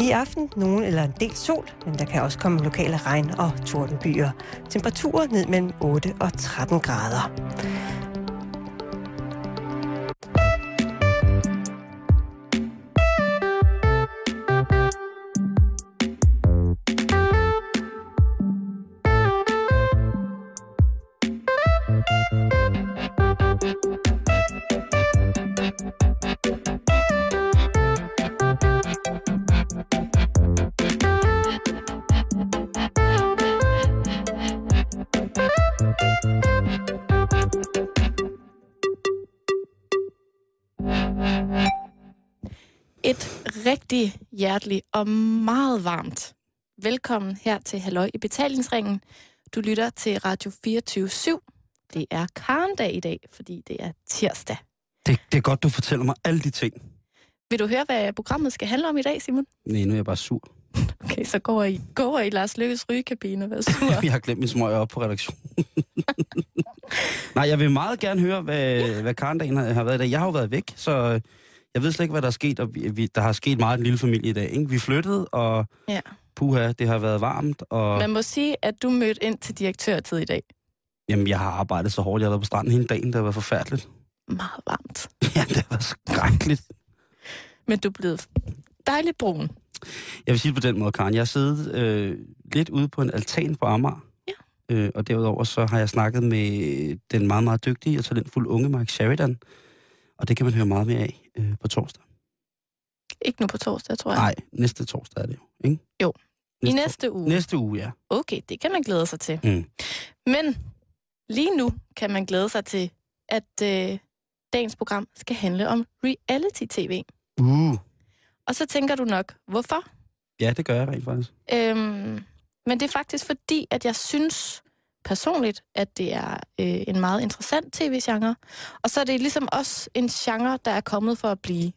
I aften nogen eller en del sol, men der kan også komme lokale regn- og tordenbyer. Temperaturer ned mellem 8 og 13 grader. Et rigtig hjerteligt og meget varmt velkommen her til Halløj i Betalingsringen. Du lytter til Radio 24/7. Det er Karendag i dag, fordi det er tirsdag. Det er godt, du fortæller mig alle de ting. Vil du høre, hvad programmet skal handle om i dag, Simon? Nej, nu er jeg bare sur. Okay, så går I Lars Løkkes rygekabine og vær sur. Jeg har glemt min smøger op på redaktionen. Nej, jeg vil meget gerne høre, hvad Karendagen har været i dag. Jeg har jo været væk, så jeg ved slet ikke, hvad der er sket. Og der har sket meget i den lille familie i dag. Ikke? Vi flyttede, og puha, det har været varmt. Og man må sige, at du mødte ind til direktørtid i dag. Jamen, jeg har arbejdet så hårdt. Jeg har været på stranden hele dagen. Det har været forfærdeligt. Meget varmt. Ja, det har været skrækkeligt. Men du er blevet dejligt brun. Jeg vil sige det på den måde, Karen. Jeg har siddet lidt ude på en altan på Amager. Ja. Og derudover så har jeg snakket med den meget, meget dygtige og talentfulde unge Mark Sheridan. Og det kan man høre meget mere af på torsdag. Ikke nu på torsdag, tror jeg. Nej, næste torsdag er det jo, ikke? Jo, i næste uge. Næste uge, ja. Okay, det kan man glæde sig til. Mm. Men lige nu kan man glæde sig til, at dagens program skal handle om reality-tv. Og så tænker du nok, hvorfor? Ja, det gør jeg rent faktisk. Men det er faktisk fordi, at jeg synes personligt, at det er en meget interessant tv-genre. Og så er det ligesom også en genre, der er kommet for at blive.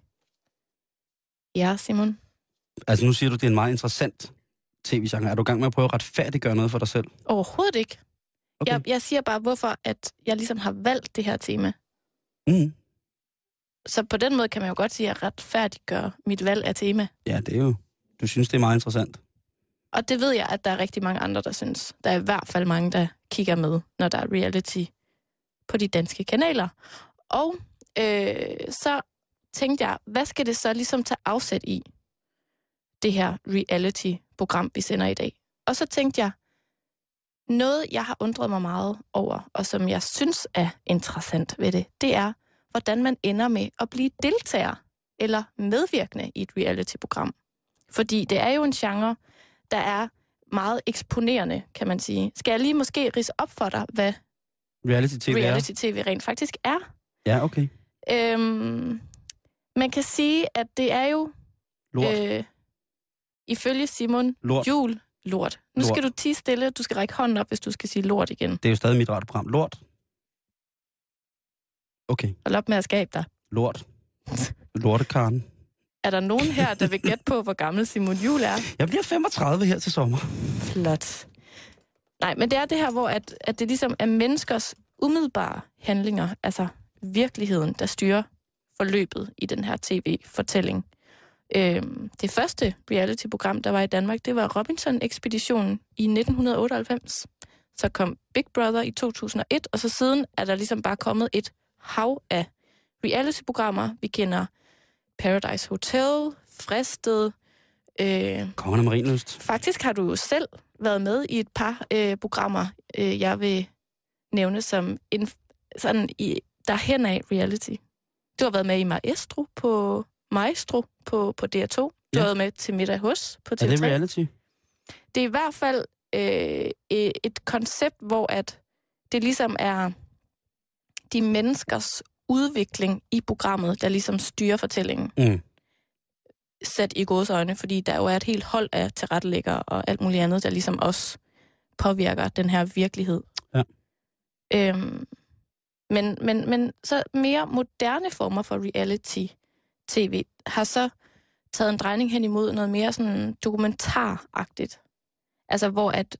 Ja, Simon? Altså nu siger du, det er en meget interessant tv-genre. Er du i gang med at prøve at retfærdiggøre noget for dig selv? Overhovedet ikke. Okay. Jeg siger bare, hvorfor at jeg ligesom har valgt det her tema. Mm. Så på den måde kan man jo godt sige, at jeg retfærdiggør mit valg af tema. Ja, det er jo. Du synes, det er meget interessant. Og det ved jeg, at der er rigtig mange andre, der synes. Der er i hvert fald mange, der kigger med, når der er reality på de danske kanaler. Og så tænkte jeg, hvad skal det så ligesom tage afsæt i, det her reality-program, vi sender i dag? Og så tænkte jeg, noget jeg har undret mig meget over, og som jeg synes er interessant ved det, det er, hvordan man ender med at blive deltager eller medvirkende i et reality-program. Fordi det er jo en genre, der er meget eksponerende, kan man sige. Skal jeg lige måske ridse op for dig, hvad reality-tv rent faktisk er? Ja, okay. Man kan sige, at det er jo ifølge Simon Juhl lort. Nu skal du tie stille, du skal række hånden op, hvis du skal sige lort igen. Det er jo stadig mit radioprogram. Lort. Okay. Hold op med at skabe dig. Lort. Lortekaren. Er der nogen her, der vil gætte på, hvor gammel Simon Juhl er? Jeg bliver 35 her til sommer. Flot. Nej, men det er det her, hvor at det ligesom er menneskers umiddelbare handlinger, altså virkeligheden, der styrer forløbet i den her tv-fortælling. Det første reality-program, der var i Danmark, det var Robinson-ekspeditionen i 1998. Så kom Big Brother i 2001, og så siden er der ligesom bare kommet et hav af reality-programmer. Vi kender Paradise Hotel, Fristed. Kongen af Marienlyst. Faktisk har du jo selv været med i et par programmer, jeg vil nævne som der hen af reality. Du har været med i Maestro på DR2. Du har været med til Middag hos på TV3. Er det reality? Det er i hvert fald et koncept, hvor at det ligesom er de menneskers udvikling i programmet, der ligesom styrer fortællingen. Mm. Sat i gåseøjne, fordi der jo er et helt hold af tilrettelæggere og alt muligt andet, der ligesom også påvirker den her virkelighed. Ja. Men så mere moderne former for reality-tv har så taget en drejning hen imod noget mere sådan dokumentaragtigt. Altså hvor at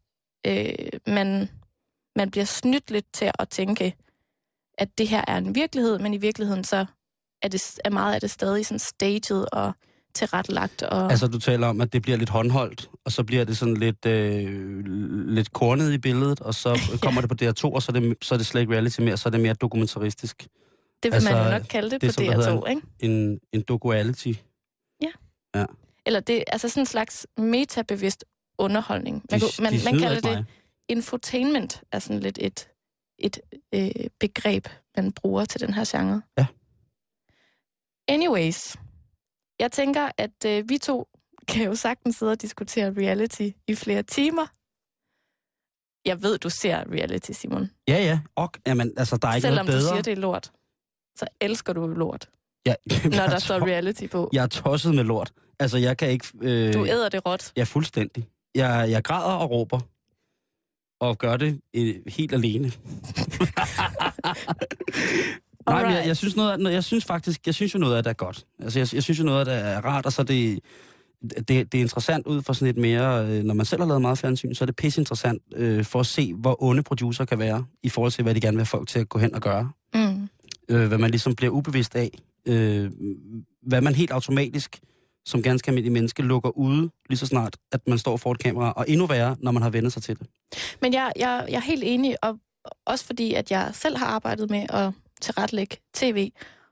man bliver snydt lidt til at tænke, at det her er en virkelighed, men i virkeligheden så er meget af det stadig sådan staged og tilrettelagt. Og... Altså, du taler om, at det bliver lidt håndholdt, og så bliver det sådan lidt kornet i billedet, og så kommer det på DR2, og så er det slet ikke reality mere, så er det mere dokumentaristisk. Det vil man jo nok kalde det på DR2, ikke? En docuality. Ja. Eller det er altså sådan en slags metabevidst underholdning. Man kalder det infotainment, er sådan lidt et begreb, man bruger til den her genre. Ja. Anyways, jeg tænker, at vi to kan jo sagtens sidde og diskutere reality i flere timer. Jeg ved, du ser reality, Simon. Ja. Og, jamen, altså, der er ikke Selvom noget bedre. Selvom du siger, det er lort, så elsker du lort. Ja, når der står reality på. Jeg er tosset med lort. Altså, jeg kan ikke... Du æder det råt. Ja, fuldstændig. Jeg græder og råber. Og gør det helt alene. Nej, men jeg synes jo noget af det er godt. Altså, jeg synes jo noget af det er rart, og så det er interessant ud fra sådan et mere... Når man selv har lavet meget fjernsyn, så er det pisse interessant for at se, hvor onde producer kan være, i forhold til, hvad de gerne vil have folk til at gå hen og gøre. Hvad man ligesom bliver ubevidst af. Hvad man helt automatisk, som ganske almindelig menneske, lukker ude lige så snart, at man står for et kamera, og endnu værre, når man har vendt sig til det. Men jeg er helt enig, og også fordi, at jeg selv har arbejdet med at tilrettelægge tv,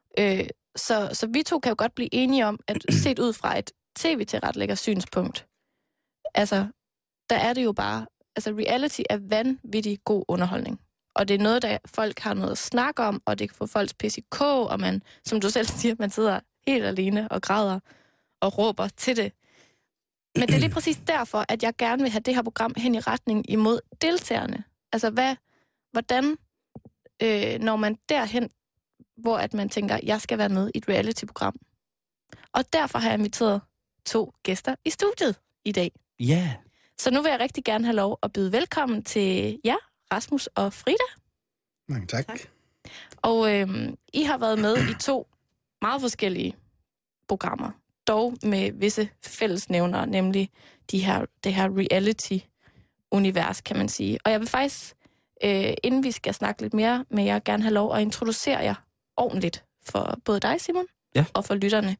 så vi to kan jo godt blive enige om, at set ud fra et tv-tilrettelægger synspunkt, altså, der er det jo bare, altså reality er vanvittig god underholdning. Og det er noget, der folk har noget at snakke om, og det kan få folks pisse i kog, og man, som du selv siger, man sidder helt alene og græder og råber til det. Men det er lige præcis derfor, at jeg gerne vil have det her program hen i retning imod deltagerne. Altså, hvordan når man derhen, hvor at man tænker, jeg skal være med i et reality-program. Og derfor har jeg inviteret 2 gæster i studiet i dag. Ja. Yeah. Så nu vil jeg rigtig gerne have lov at byde velkommen til jer, Rasmus og Frida. Mange tak. Og I har været med i 2 meget forskellige programmer, dog med visse fællesnævnere, nemlig det her reality-univers, kan man sige. Og jeg vil faktisk, inden vi skal snakke lidt mere med jer, gerne have lov at introducere jer ordentligt for både dig, Simon, og for lytterne,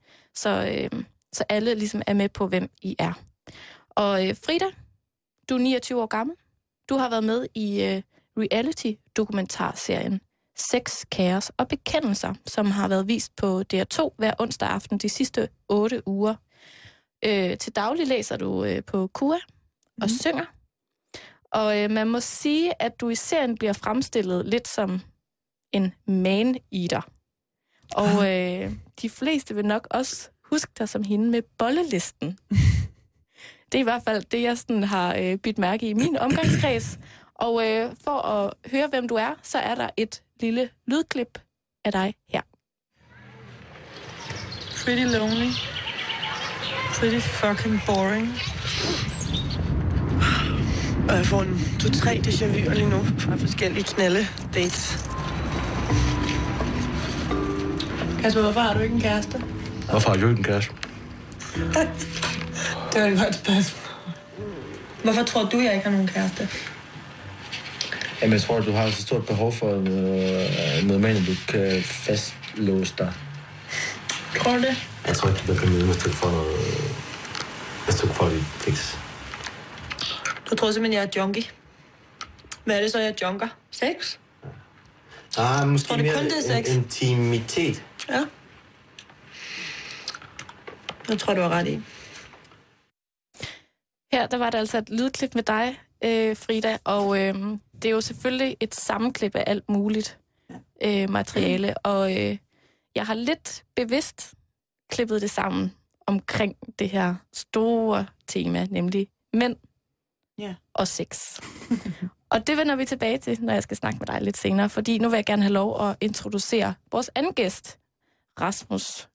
så alle ligesom er med på, hvem I er. Og Frida, du er 29 år gammel. Du har været med i reality-dokumentarserien Sex, Kaos og Bekendelser, som har været vist på DR2 hver onsdag aften de sidste 8 uger. Til daglig læser du på KUA og synger. Og man må sige, at du i serien bliver fremstillet lidt som en man-eater. Og de fleste vil nok også huske dig som hende med bollelisten. Det er i hvert fald det, jeg sådan har bidt mærke i min omgangskreds. Og for at høre, hvem du er, så er der et lille lydklip af dig her. Pretty lonely. Pretty fucking boring. Og jeg får en 2-3 déjà vu'er lige nu fra forskellige knalde-dates. Kasper, hvorfor har du ikke en kæreste? Hvorfor har du ikke en kæreste? Det var et godt spørgsmål. Hvorfor tror du, jeg ikke har nogen kæreste? Jamen, jeg tror, at du har så stort behov for noget mand, du kan fastlåse dig. Tror du det? Jeg tror ikke, du kan møde, hvis du får noget... Hvis du får dit fix. Du tror simpelthen, jeg er junkie. Hvad er det så, jeg junker? Sex? Måske tror du mere kun, det er sex? Intimitet. Ja. Jeg tror, du har ret i. Her, der var der altså et lydklip med dig, Frida, og det er jo selvfølgelig et sammenklip af alt muligt materiale, og jeg har lidt bevidst klippet det sammen omkring det her store tema, nemlig mænd og sex. Og det vender vi tilbage til, når jeg skal snakke med dig lidt senere, fordi nu vil jeg gerne have lov at introducere vores anden gæst, Rasmus,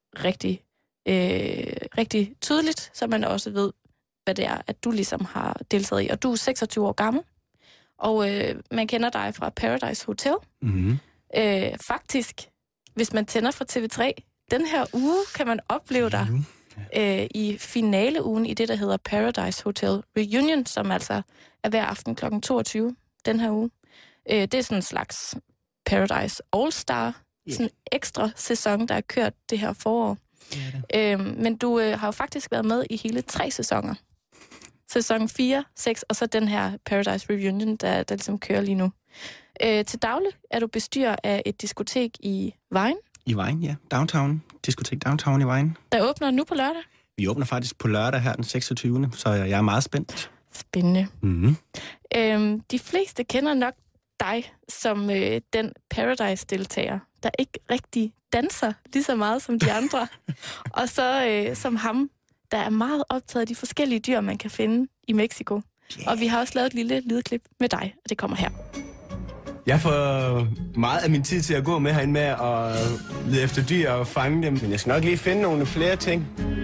rigtig tydeligt, så man også ved, hvad det er, at du ligesom har deltaget i. Og du er 26 år gammel, og man kender dig fra Paradise Hotel. Mm-hmm. Faktisk, hvis man tænder for TV3, den her uge kan man opleve dig i finaleugen i det, der hedder Paradise Hotel Reunion, som altså er hver aften kl. 22 den her uge. Det er sådan en slags Paradise All-Star, sådan en ekstra sæson, der er kørt det her forår. Men du har jo faktisk været med i hele 3 sæsoner. Sæson 4, 6 og så den her Paradise Reunion, der ligesom kører lige nu. Til daglig er du bestyrer af et diskotek i Vejen. I Vejen, ja. Downtown. Diskotek Downtown i Vejen. Der åbner nu på lørdag. Vi åbner faktisk på lørdag her den 26. Så jeg er meget spændt. Spændende. Mm-hmm. De fleste kender nok dig som den Paradise-deltager, der ikke rigtig danser lige så meget som de andre. Og så som ham, der er meget optaget af de forskellige dyr, man kan finde i Mexico. Yeah. Og vi har også lavet et lille lydklip med dig, og det kommer her. Jeg får meget af min tid til at gå med herinde med at lede efter dyr og fange dem. Men jeg skal nok lige finde nogle flere ting.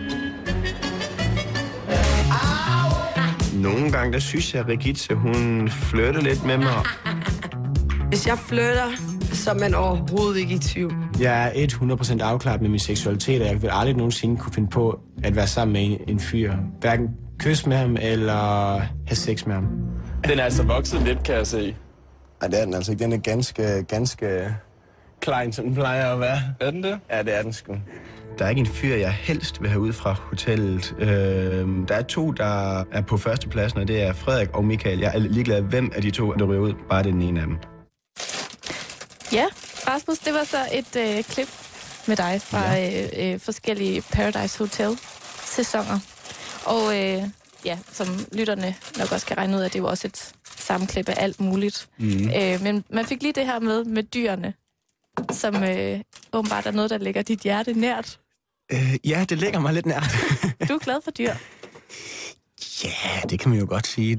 Nogle gange, der synes jeg, at Regitze, hun flirter lidt med mig. Hvis jeg flytter, så er man overhovedet ikke i tvivl. Jeg er 100% afklaret med min seksualitet, og jeg vil aldrig nogensinde kunne finde på at være sammen med en fyr. Hverken kysse med ham eller have sex med ham. Den er altså vokset lidt, kan jeg se. Nej, det er den altså ikke. Den er ganske klein, som den plejer at være. Er den det? Ja, det er den sgu. Der er ikke en fyr, jeg helst vil have ud fra hotellet. Der er 2, der er på førstepladsen, og det er Frederik og Michael. Jeg er ligeglad, hvem af de 2, der ryger ud. Bare den ene af dem. Ja, Rasmus, det var så et klip med dig fra forskellige Paradise Hotel-sæsoner. Og som lytterne nok også kan regne ud af, det er jo også et sammenklip af alt muligt. Men man fik lige det her med dyrene, som åbenbart er noget, der ligger dit hjerte nært. Ja, det ligger mig lidt nært. Du er glad for dyr? Ja, det kan man jo godt sige.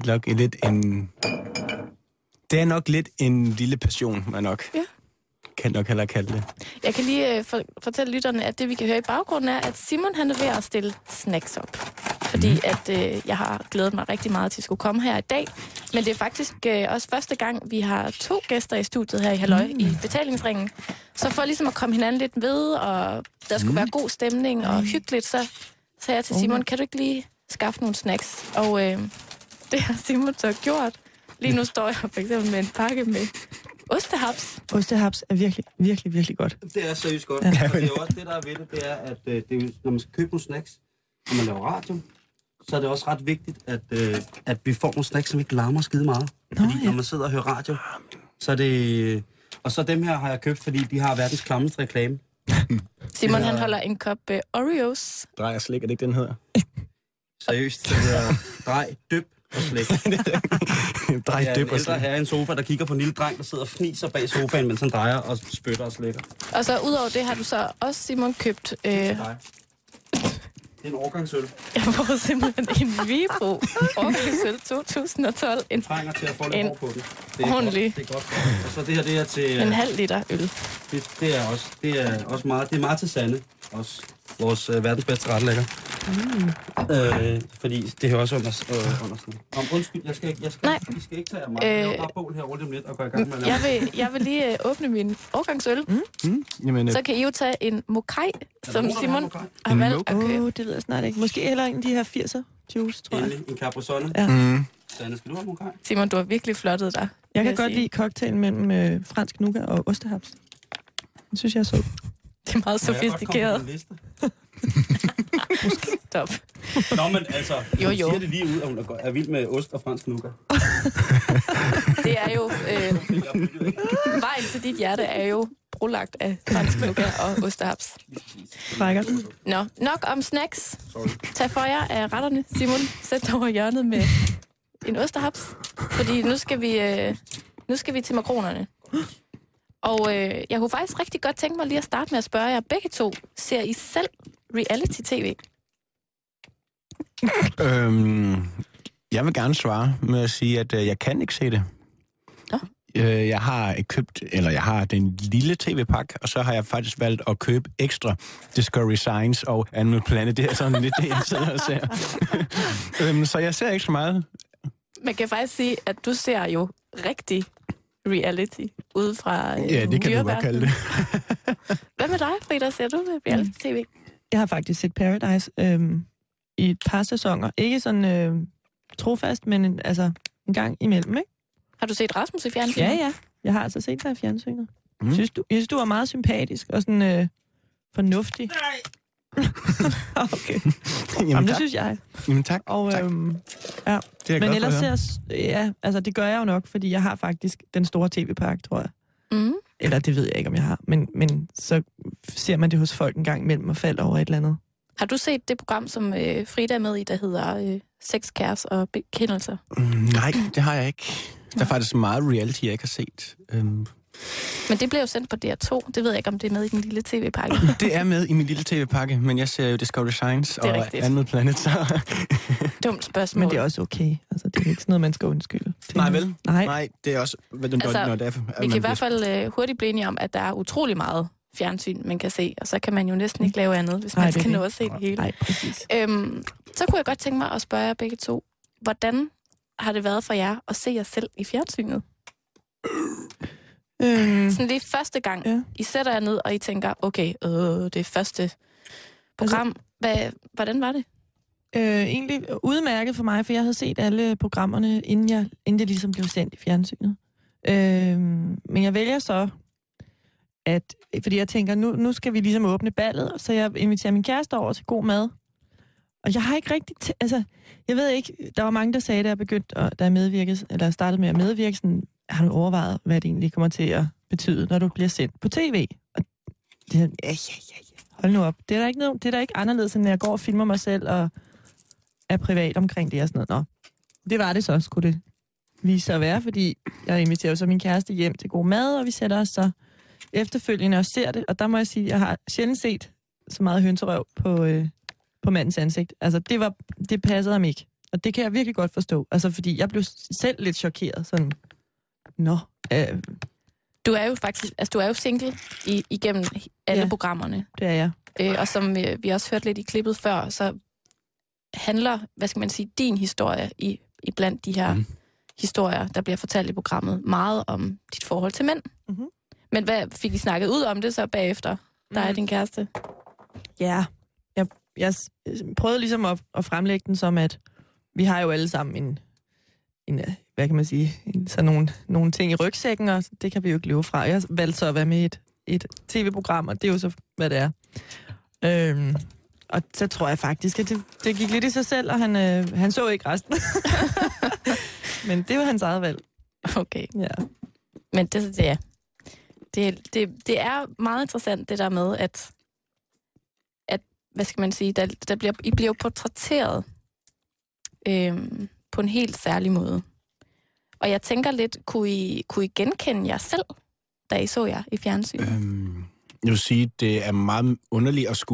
Det er nok lidt en lille passion, man nok kan nok heller kalde det. Jeg kan lige fortælle lytterne, at det vi kan høre i baggrunden er, at Simon han er ved at stille snacks op. Fordi at jeg har glædet mig rigtig meget til at skulle komme her i dag. Men det er faktisk også første gang, vi har 2 gæster i studiet her i Halløj i betalingsringen. Så for ligesom at komme hinanden lidt ved, og der skulle være god stemning og hyggeligt, så sagde jeg til Simon, kan du ikke lige skaffe nogle snacks? Og det har Simon så gjort. Lige nu står jeg for eksempel med en pakke med ostehaps. Ostehaps er virkelig, virkelig, virkelig godt. Det er seriøst godt. Ja. Og det er også det, der er ved det, det er, at det er, når man skal købe nogle snacks, når man laver radio, så er det også ret vigtigt, at vi får nogle snacks, som ikke larmer skide meget. Fordi når man sidder og hører radio, så er det... Og så dem her har jeg købt, fordi de har verdens klammeste reklame. Simon, han holder en kop Oreos. Drej og slik, er det ikke den hedder? Seriøst, det hedder drej, dyb og slik. Drej, dyb og slik. Her er en sofa, der kigger på en lille dreng, der sidder og fniser bag sofaen, mens han drejer og spytter og slikker. Og så udover det har du så også, Simon, købt... Det er en årgangsøl. Jeg får simpelthen en Vibro årgangsøl 2012. En trænger til at få lidt hår på den. Det er ordentlig. Godt, det er godt. Og så det her, det er til... En halv liter øl. Det er også meget... Det er meget til Sanne. Også vores verdens bedste retlægger. Fordi det hører også under sådan. Undskyld, vi skal ikke tage af mig. Jeg har bare bål her rundt om lidt og gå i gang med jeg vil lige åbne min årgangsøl. Jamen, så kan I jo tage en mokai, som Simon har valgt at købe. Det ved jeg snart ikke. Måske heller en af de her 80'er juice, tror jeg. En Capri-Sonne. Ja. Sanne, skal du have mokai? Simon, du har virkelig flottet dig. Jeg kan godt lide cocktail mellem fransk nougat og ostehaps. Det synes jeg er sød. Det er meget sofistikeret. Stop. Nå, men altså, jo. siger det lige ud, at hun er vild med ost og fransk nougat. Det er jo... vejen til dit hjerte er jo brolagt af fransk nougat og ostehaps. Nå, nok om snacks. Tag for jer af retterne, Simon. Sæt dig over hjørnet med en ostehaps. Fordi nu skal vi til makronerne. Og jeg kunne faktisk rigtig godt tænke mig lige at starte med at spørge jer begge to. Ser I selv reality-tv? Jeg vil gerne svare med at sige, at jeg kan ikke se det. Jeg har den lille tv-pakke, og så har jeg faktisk valgt at købe ekstra Discovery Science og Animal Planet. Det er sådan lidt det, jeg sidder og ser. Så jeg ser ikke så meget. Man kan faktisk sige, at du ser jo rigtig reality ude fra ja, det kan du godt kalde det. Hvad med dig, Frida? Ser du reality-tv? Jeg har faktisk set Paradise i et par sæsoner. Ikke sådan trofast, men en gang imellem, ikke? Har du set Rasmus i fjernsynet? Ja. Jeg har altså set dig i fjernsynet. Jeg synes, du er meget sympatisk og sådan fornuftig. Okay. Jamen, det synes jeg. Jamen tak. Og, tak. Ja. Det er Men ellers altså det gør jeg jo nok, fordi jeg har faktisk den store tv-pakke, tror jeg. Mm. Eller det ved jeg ikke, om jeg har. Men så ser man det hos folk en gang imellem og falder over et eller andet. Har du set det program, som Frida er med i, der hedder Sex, Kæres og Bekendelser? Nej, det har jeg ikke. Der er faktisk meget reality, jeg ikke har set. Men det blev jo sendt på DR2. Det ved jeg ikke, om det er med i den lille tv-pakke. Det er med i min lille tv-pakke, men jeg ser jo Discovery Science og Animal Planet, så... Dumt spørgsmål. Men det er også okay. Altså, det er ikke sådan noget, man skal undskylde. Nej, vel? Nej. Nej, det er også... Vi kan i hvert fald hurtigt blive enige om, at der er utrolig meget fjernsyn, man kan se, og så kan man jo næsten ikke lave andet, hvis man skal nå at se det hele. Nej, præcis. Så kunne jeg godt tænke mig at spørge jer begge to, hvordan har det været for jer at se jer selv i fjernsynet? Sådan lige første gang, I sætter jer ned, og I tænker, okay, det er første program. Hvordan var det? Egentlig udmærket for mig, for jeg havde set alle programmerne, inden det ligesom blev sendt i fjernsynet. Men jeg vælger så, fordi jeg tænker, nu skal vi ligesom åbne ballet, så jeg inviterer min kæreste over til god mad. Og jeg har ikke rigtig... jeg ved ikke, der var mange, der sagde, da jeg begyndte, da jeg medvirkede, eller startede med at medvirke, sådan, har du overvejet, hvad det egentlig kommer til at betyde, når du bliver sendt på tv? Og det er, ja. Hold nu op. Det er der ikke anderledes, end når jeg går og filmer mig selv og er privat omkring det og sådan noget. Nå, det var det så, skulle det vise sig at være, fordi jeg inviterer jo så min kæreste hjem til god mad, og vi sætter os så efterfølgende og ser det. Og der må jeg sige, at jeg har sjældent set så meget hønserøv på mandens ansigt. Altså, det passede ham ikke. Og det kan jeg virkelig godt forstå. Altså, fordi jeg blev selv lidt chokeret. Sådan, Du er jo faktisk, du er jo single igennem alle programmerne. Det er jeg. Og som vi også hørte lidt i klippet før, så handler, hvad skal man sige, din historie i blandt de her historier, der bliver fortalt i programmet, meget om dit forhold til mænd. Mm-hmm. Men hvad fik I snakket ud om det så bagefter, der er din kæreste? Ja, jeg prøvede ligesom at fremlægge den som, at vi har jo alle sammen en hvad kan man sige, sådan nogle ting i rygsækken, og det kan vi jo ikke løbe fra. Jeg valgte så at være med i et tv-program, og det er jo så, hvad det er. Og så tror jeg faktisk, at det gik lidt i sig selv, og han så ikke resten. Men det var hans eget valg. Okay. Ja. Men det er meget interessant, det der med, at hvad skal man sige, I bliver jo portrætteret på en helt særlig måde. Og jeg tænker lidt, kunne I genkende jer selv, da I så jer i fjernsynet? Jeg vil sige, det er meget underligt at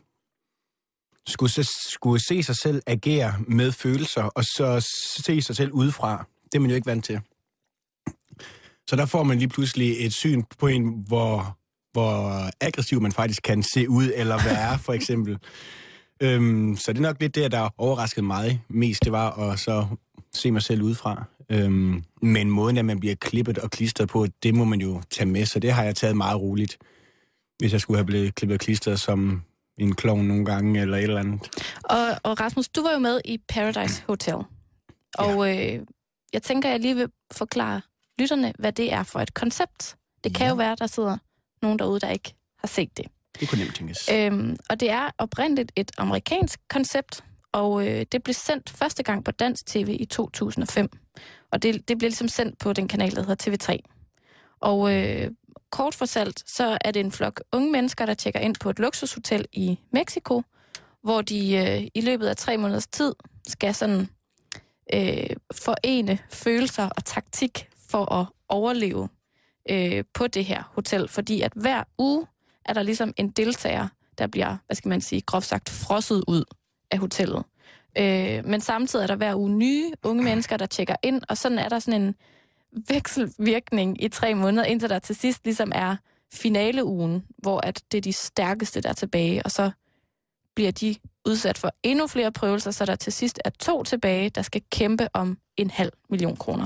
skulle se sig selv agere med følelser, og så se sig selv udefra. Det er man jo ikke vant til. Så der får man lige pludselig et syn på en, hvor aggressiv man faktisk kan se ud, eller være, for eksempel. Så det er nok lidt det, der overraskede mig mest, det var at så se mig selv udefra. Men måden, at man bliver klippet og klistret på, det må man jo tage med, så det har jeg taget meget roligt, hvis jeg skulle have blevet klippet og klistret som en klovn nogle gange, eller et eller andet. Og Rasmus, du var jo med i Paradise Hotel, og jeg tænker, jeg lige vil forklare lytterne, hvad det er for et koncept. Det kan jo være, der sidder nogen derude, der ikke har set det. Det kunne nemt tænkes. Og det er oprindeligt et amerikansk koncept, og det blev sendt første gang på dansk tv i 2005. Og det bliver ligesom sendt på den kanal, der hedder TV3. Og kort fortalt, så er det en flok unge mennesker, der tjekker ind på et luksushotel i Mexico, hvor de i løbet af 3 måneders tid skal sådan forene følelser og taktik for at overleve på det her hotel. Fordi at hver uge er der ligesom en deltager, der bliver, hvad skal man sige, groft sagt frosset ud af hotellet. Men samtidig er der hver uge nye unge mennesker, der tjekker ind, og sådan er der sådan en vekselvirkning i 3 måneder, indtil der til sidst ligesom er finaleugen, hvor at det er de stærkeste, der er tilbage, og så bliver de udsat for endnu flere prøvelser, så der til sidst er 2 tilbage, der skal kæmpe om 500.000 kroner.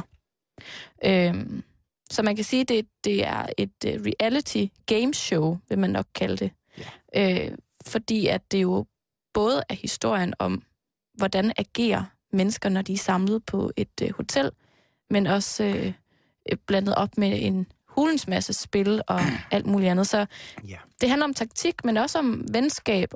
Så man kan sige, at det er et reality game show, vil man nok kalde det. Yeah. Fordi at det jo både er historien om, hvordan agerer mennesker, når de er samlet på et hotel, men også blandet op med en hulens masse spil og alt muligt andet. Så det handler om taktik, men også om venskab og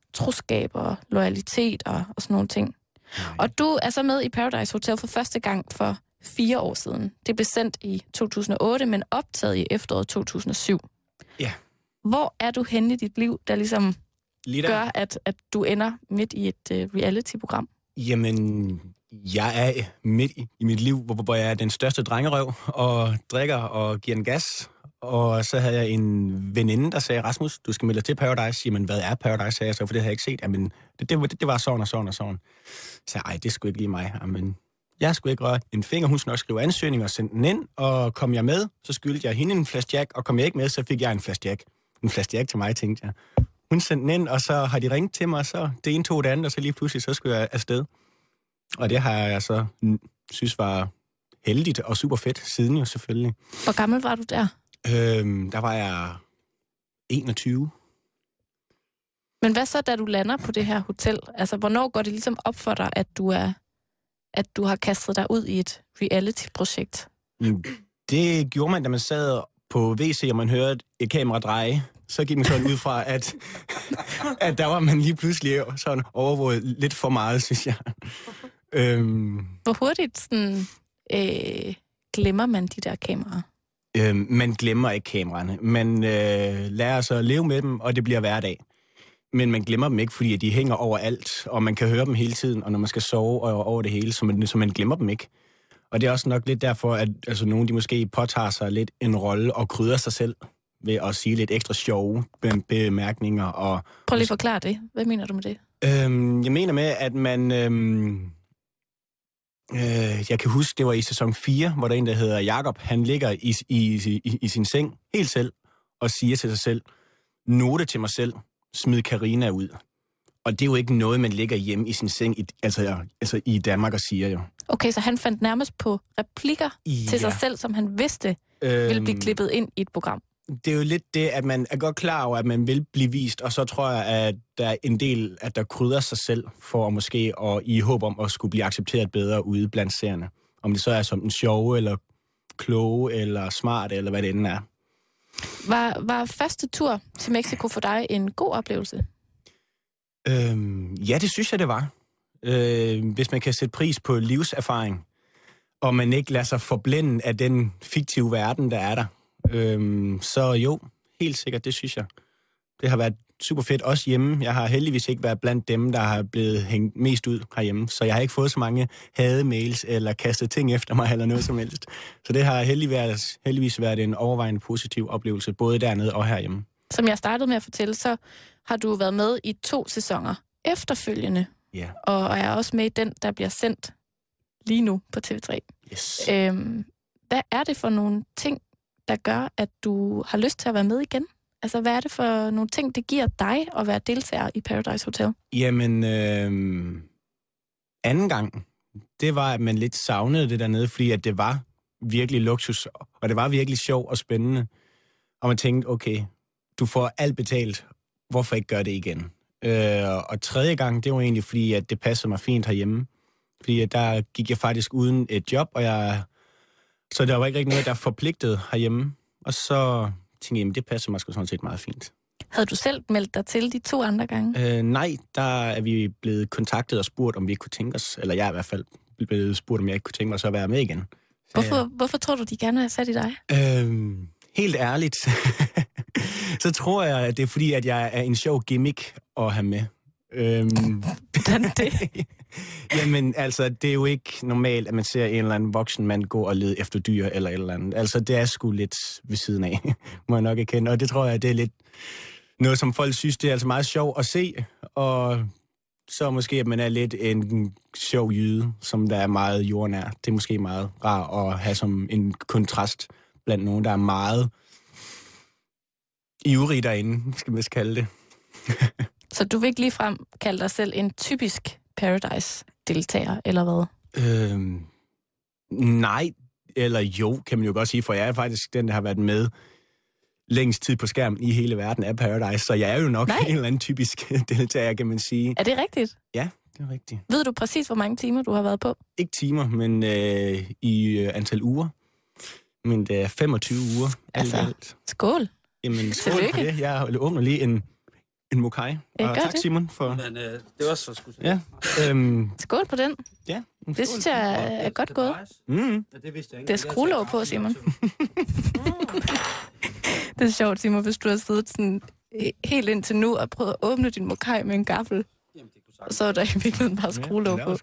troskab og loyalitet og sådan nogle ting. Nej. Og du er så med i Paradise Hotel for første gang for 4 år siden. Det blev sendt i 2008, men optaget i efteråret 2007. Ja. Hvor er du henne i dit liv, der ligesom gør, at du ender midt i et reality-program? Jamen, jeg er midt i mit liv, hvor jeg er den største drengerøv, og drikker og giver en gas. Og så havde jeg en veninde, der sagde, Rasmus, du skal melde dig til Paradise. Jamen, hvad er Paradise, sagde jeg så, for det havde jeg ikke set. Jamen, det var sådan og sådan og sådan. Så sagde jeg, det skulle ikke lige mig. Jamen, jeg skulle ikke røre en finger. Hun skulle nok skrive ansøgning og sende den ind, og kom jeg med, så skyldte jeg hende en flaske Jack, og kom jeg ikke med, så fik jeg en flaske Jack. En flaske Jack til mig, tænkte jeg. Hun sendte den ind, og så har de ringet til mig, og så det ene tog det andet, og så lige pludselig, så skulle jeg afsted. Og det har jeg så synes var heldigt og super fedt siden jo selvfølgelig. Hvor gammel var du der? Der var jeg 21. Men hvad så, da du lander på det her hotel? Altså, hvornår går det ligesom op for dig, at du har kastet dig ud i et reality-projekt? Det gjorde man, da man sad på WC, og man hørte et kamera dreje. Så gik man sådan ud fra, at der var man lige pludselig sådan overvåget lidt for meget, synes jeg. Hvor hurtigt sådan, glemmer man de der kameraer? Man glemmer ikke kameraerne. Man lærer sig at leve med dem, og det bliver hverdag. Men man glemmer dem ikke, fordi de hænger overalt, og man kan høre dem hele tiden, og når man skal sove over det hele, så man glemmer dem ikke. Og det er også nok lidt derfor, at altså, nogen de måske påtager sig lidt en rolle og krydder sig selv ved at sige lidt ekstra sjove bemærkninger. Og prøv lige at forklare det. Hvad mener du med det? Jeg mener med, at man... jeg kan huske, det var i sæson 4, hvor der en, der hedder Jakob, han ligger i sin seng helt selv og siger til sig selv, note til mig selv, smid Karina ud. Og det er jo ikke noget, man ligger hjemme i sin seng, altså i Danmark og siger jo. Okay, så han fandt nærmest på replikker til sig selv, som han vidste ville blive klippet ind i et program. Det er jo lidt det, at man er godt klar over, at man vil blive vist, og så tror jeg, at der er en del, at der krydder sig selv for måske og i håb om at skulle blive accepteret bedre ude blandt seerne. Om det så er som den sjove, eller kloge, eller smart, eller hvad det end er. Var første tur til Mexico for dig en god oplevelse? Ja, det synes jeg, det var. Hvis man kan sætte pris på livserfaring, og man ikke lader sig forblænde af den fiktive verden, der er der. Så jo, helt sikkert, det synes jeg. Det har været super fedt, også hjemme. Jeg har heldigvis ikke været blandt dem, der har blevet hængt mest ud herhjemme, så jeg har ikke fået så mange hademails eller kastet ting efter mig eller noget som helst. Så det har heldigvis været en overvejende positiv oplevelse, både dernede og herhjemme. Som jeg startede med at fortælle, så har du været med i 2 sæsoner efterfølgende, og er også med i den, der bliver sendt lige nu på TV3. Yes. Hvad er det for nogle ting, der gør, at du har lyst til at være med igen? Altså, hvad er det for nogle ting, det giver dig at være deltager i Paradise Hotel? Jamen, anden gang, det var, at man lidt savnede det dernede, fordi at det var virkelig luksus, og det var virkelig sjov og spændende. Og man tænkte, okay, du får alt betalt, hvorfor ikke gøre det igen? Og tredje gang, det var egentlig, fordi at det passede mig fint herhjemme. Fordi der gik jeg faktisk uden et job, så der var ikke rigtig noget, der forpligtede herhjemme. Og så tænkte jeg, jamen, det passer mig sgu sådan set meget fint. Havde du selv meldt dig til de 2 andre gange? Nej, der er vi blevet kontaktet og spurgt, om vi ikke kunne tænke os, eller jeg er i hvert fald blevet spurgt, om jeg ikke kunne tænke mig så at være med igen. Hvorfor tror du, de gerne vil have sat i dig? Helt ærligt, så tror jeg, at det er fordi, at jeg er en sjov gimmick at have med. Hvordan det? Jamen, altså, det er jo ikke normalt, at man ser en eller anden voksen mand gå og lede efter dyr eller et eller andet. Altså, det er sgu lidt ved siden af, må jeg nok erkende. Og det tror jeg, det er lidt noget, som folk synes, det er altså meget sjovt at se. Og så måske, at man er lidt en sjov jyde, som der er meget jordnær. Det er måske meget rart at have som en kontrast blandt nogen, der er meget ivrige derinde, skal man kalde det. Så du vil ikke ligefrem kalde dig selv en typisk Paradise-deltager, eller hvad? Nej, eller jo, kan man jo godt sige, for jeg er faktisk den, der har været med længst tid på skærmen i hele verden af Paradise, så jeg er jo nok en eller anden typisk deltager, kan man sige. Er det rigtigt? Ja, det er rigtigt. Ved du præcis, hvor mange timer du har været på? Ikke timer, men i antal uger. Men det er 25 uger. Altså, alt. Skål. Jamen, skål for det. Jeg åbner lige en en mokai. Og tak, Simon, for... Men det var så sgu. Ja. Skål på den. Ja. Det synes jeg er godt gået. Ja, det vidste jeg ikke. Det er skruelåg på, Simon. Det er sjovt, Simon, hvis du har siddet sådan helt indtil nu og prøvet at åbne din mokai med en gaffel. Og så er der i virkeligheden bare skruelåg på.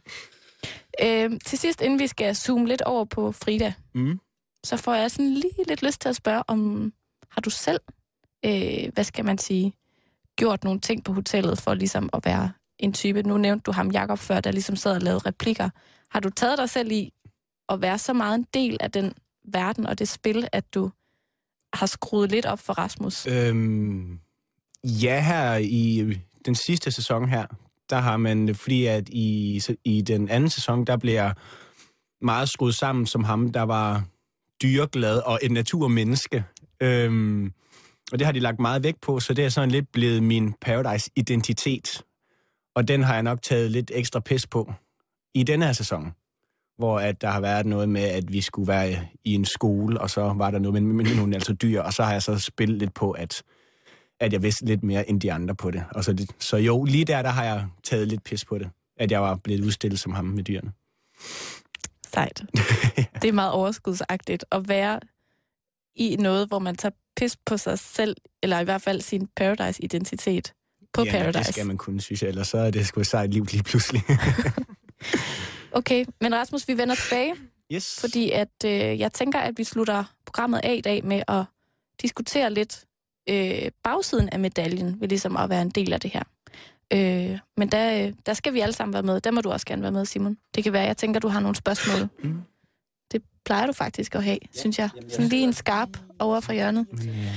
Til sidst, inden vi skal zoome lidt over på Frida, så får jeg sådan lige lidt lyst til at spørge, om har du selv, hvad skal man sige, gjort nogle ting på hotellet for ligesom at være en type? Nu nævnte du ham, Jakob, før, der ligesom sad og lavede replikker. Har du taget dig selv i at være så meget en del af den verden og det spil, at du har skruet lidt op for Rasmus? Ja, her i den sidste sæson her, der har man, fordi at i den anden sæson, der bliver meget skruet sammen som ham, der var dyreglad og et naturmenneske. Og det har de lagt meget vægt på, så det er sådan lidt blevet min Paradise-identitet. Og den har jeg nok taget lidt ekstra pis på i denne her sæson, hvor at der har været noget med, at vi skulle være i en skole, og så var der noget med nogle altså dyr, og så har jeg så spillet lidt på, at jeg vidste lidt mere end de andre på det. Og så jo, lige der har jeg taget lidt pis på det, at jeg var blevet udstillet som ham med dyrene. Sejt. Det er meget overskudsagtigt at være i noget, hvor man tager pis på sig selv, eller i hvert fald sin Paradise-identitet på Paradise. Ja, det skal man kunne, synes jeg, ellers så er det sgu et sejt liv lige pludselig. Okay, men Rasmus, vi vender tilbage, yes. Fordi at jeg tænker, at vi slutter programmet af i dag med at diskutere lidt bagsiden af medaljen, ved ligesom at være en del af det her. Men der skal vi alle sammen være med. Der må du også gerne være med, Simon. Det kan være, jeg tænker, du har nogle spørgsmål. Det plejer du faktisk at have, synes jeg. Sådan lige en skarp over for hjørnet.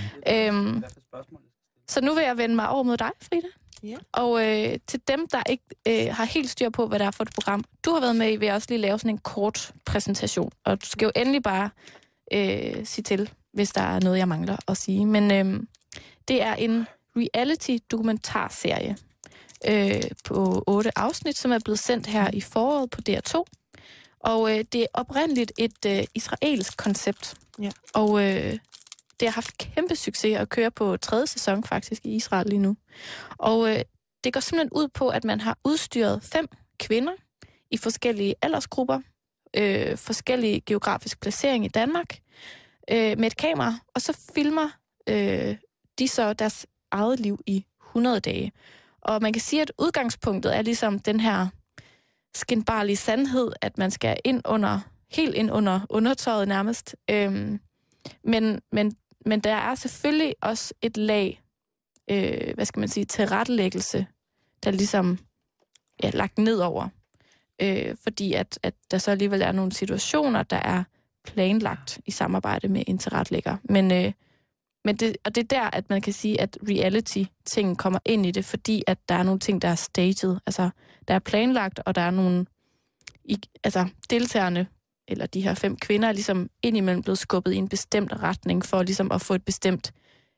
Så nu vil jeg vende mig over mod dig, Frida. Ja. Og til dem, der ikke har helt styr på, hvad der er for et program, du har været med i, vil jeg også lige lave sådan en kort præsentation. Og du skal jo endelig bare sige til, hvis der er noget, jeg mangler at sige. Men det er en reality-dokumentarserie på 8 afsnit, som er blevet sendt her i foråret på DR2. Og det er oprindeligt et israelsk koncept. Ja. Og det har haft kæmpe succes at køre på 3. sæson faktisk i Israel lige nu. Og det går simpelthen ud på, at man har udstyret 5 kvinder i forskellige aldersgrupper, forskellige geografisk placering i Danmark, med et kamera, og så filmer de så deres eget liv i 100 dage. Og man kan sige, at udgangspunktet er ligesom den her skinbarlige sandhed, at man skal helt ind under undertøjet nærmest. Men der er selvfølgelig også et lag, tilrettelæggelse, der ligesom er lagt ned over. Fordi at der så alligevel er nogle situationer, der er planlagt i samarbejde med en tilrettelægger. Men det er der, at man kan sige, at reality-ting kommer ind i det, fordi at der er nogle ting, der er staged. Altså, der er planlagt, og der er nogle deltagerne, eller de her 5 kvinder, er ligesom indimellem blevet skubbet i en bestemt retning, for ligesom at få et bestemt,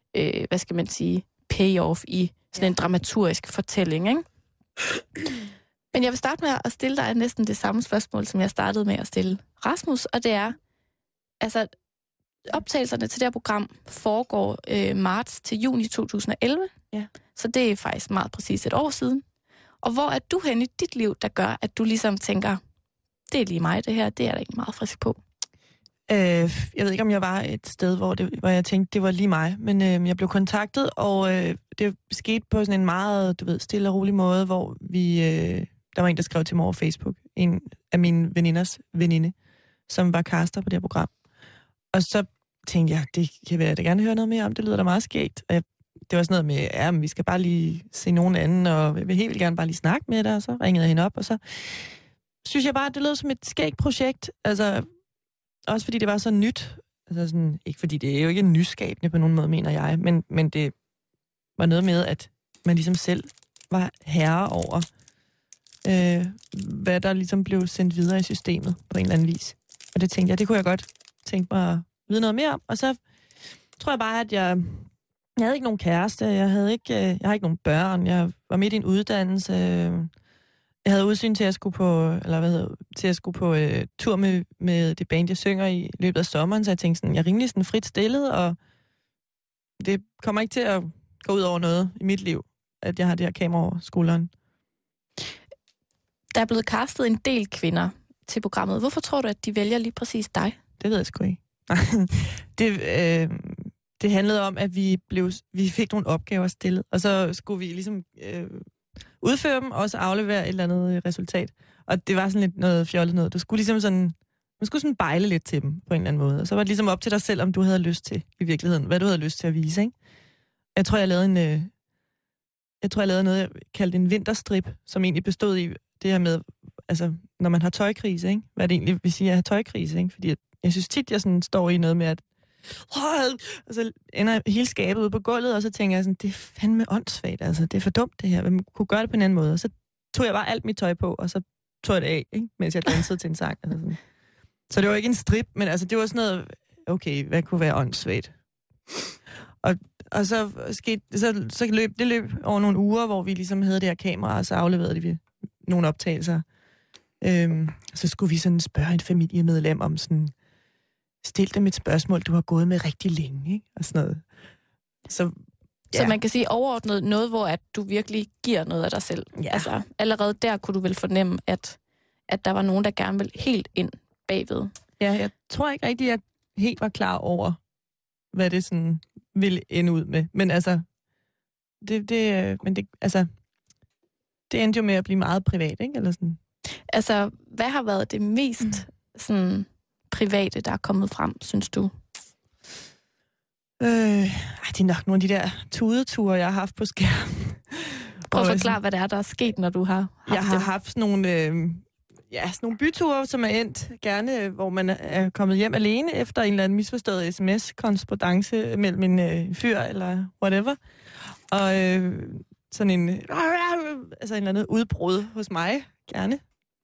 payoff i sådan en dramaturgisk fortælling, ikke? Men jeg vil starte med at stille dig næsten det samme spørgsmål, som jeg startede med at stille Rasmus, og det er, altså, optagelserne til det her program foregår marts til juni 2011. Ja. Så det er faktisk meget præcis et år siden. Og hvor er du hen i dit liv, der gør, at du ligesom tænker, det er lige mig det her, det er da ikke meget frisk på? Jeg ved ikke, om jeg var et sted, hvor jeg tænkte, det var lige mig. Men jeg blev kontaktet, og det skete på sådan en meget, stille og rolig måde, hvor der var en, der skrev til mig over Facebook. En af mine veninders veninde, som var caster på det her program. Og så tænkte jeg, det kan jeg da gerne høre noget mere om. Det lyder da meget skægt. Og det var sådan noget med, vi skal bare lige se nogen anden, og jeg vil helt gerne bare lige snakke med dig. Og så ringede jeg hende op, og så synes jeg bare, at det lød som et skægt projekt. Altså, også fordi det var så nyt. Altså sådan, ikke fordi det er jo ikke nyskabende på nogen måde, mener jeg, men det var noget med, at man ligesom selv var herre over, hvad der ligesom blev sendt videre i systemet på en eller anden vis. Og det tænkte jeg, det kunne jeg godt tænke mig at vide noget mere om. Og så tror jeg bare, at jeg havde ikke nogen kæreste, jeg har ikke nogen børn, jeg var midt i en uddannelse. Jeg havde udsyn til at skulle på tur med det band, jeg synger i løbet af sommeren, så jeg tænkte sådan, jeg er rimelig sådan frit stillet, og det kommer ikke til at går ud over noget i mit liv, at jeg har det her kamera over skulderen. Der er blevet castet en del kvinder til programmet. Hvorfor tror du, at de vælger lige præcis dig? Det ved jeg sgu ikke. Det handlede om, at vi fik nogle opgaver stillet, og så skulle vi ligesom udføre dem, og så aflevere et eller andet resultat. Og det var sådan lidt noget fjollet noget. Du skulle ligesom sådan, man skulle sådan bejle lidt til dem på en eller anden måde. Og så var det ligesom op til dig selv, om du havde lyst til i virkeligheden, hvad du havde lyst til at vise, ikke? Jeg tror, jeg lavede noget, jeg kaldte en vinterstrip, som egentlig bestod i det her med, altså, når man har tøjkrise, ikke? Hvad det egentlig vil sige at have tøjkrise, ikke? Fordi jeg synes tit, jeg sådan står i noget med, at og så ender hele skabet ude på gulvet, og så tænker jeg sådan, det er fandme åndssvagt, altså, det er for dumt det her, man kunne gøre det på en anden måde. Og så tog jeg bare alt mit tøj på, og så tog jeg det af, ikke? Mens jeg dansede til en sang. Altså sådan. Så det var ikke en strip, men altså, det var sådan noget, okay, hvad kunne være åndssvagt? Og så løb over nogle uger, hvor vi ligesom havde det her kamera, og så afleverede vi nogle optagelser. Så skulle vi sådan spørge en familiemedlem om sådan, stil dem et spørgsmål, du har gået med rigtig længe, ikke? Og sådan noget. Så man kan sige overordnet noget, hvor at du virkelig giver noget af dig selv. Ja. Altså, allerede der kunne du vel fornemme, at der var nogen, der gerne ville helt ind bagved. Ja, jeg tror ikke rigtig, jeg helt var klar over, hvad det sådan ville ende ud med. Men altså, det endte jo med at blive meget privat, ikke? Eller sådan. Altså, hvad har været det mest sådan private, der er kommet frem, synes du? Det er nok nogle af de der tudeture, jeg har haft på skærmen. Prøv at forklare, hvad det er, der er sket, når du har haft Jeg har haft sådan nogle byture, som er endt gerne, hvor man er kommet hjem alene efter en eller anden misforstået sms-korrespondance mellem en fyr eller whatever. Og sådan en eller anden udbrud hos mig, gerne.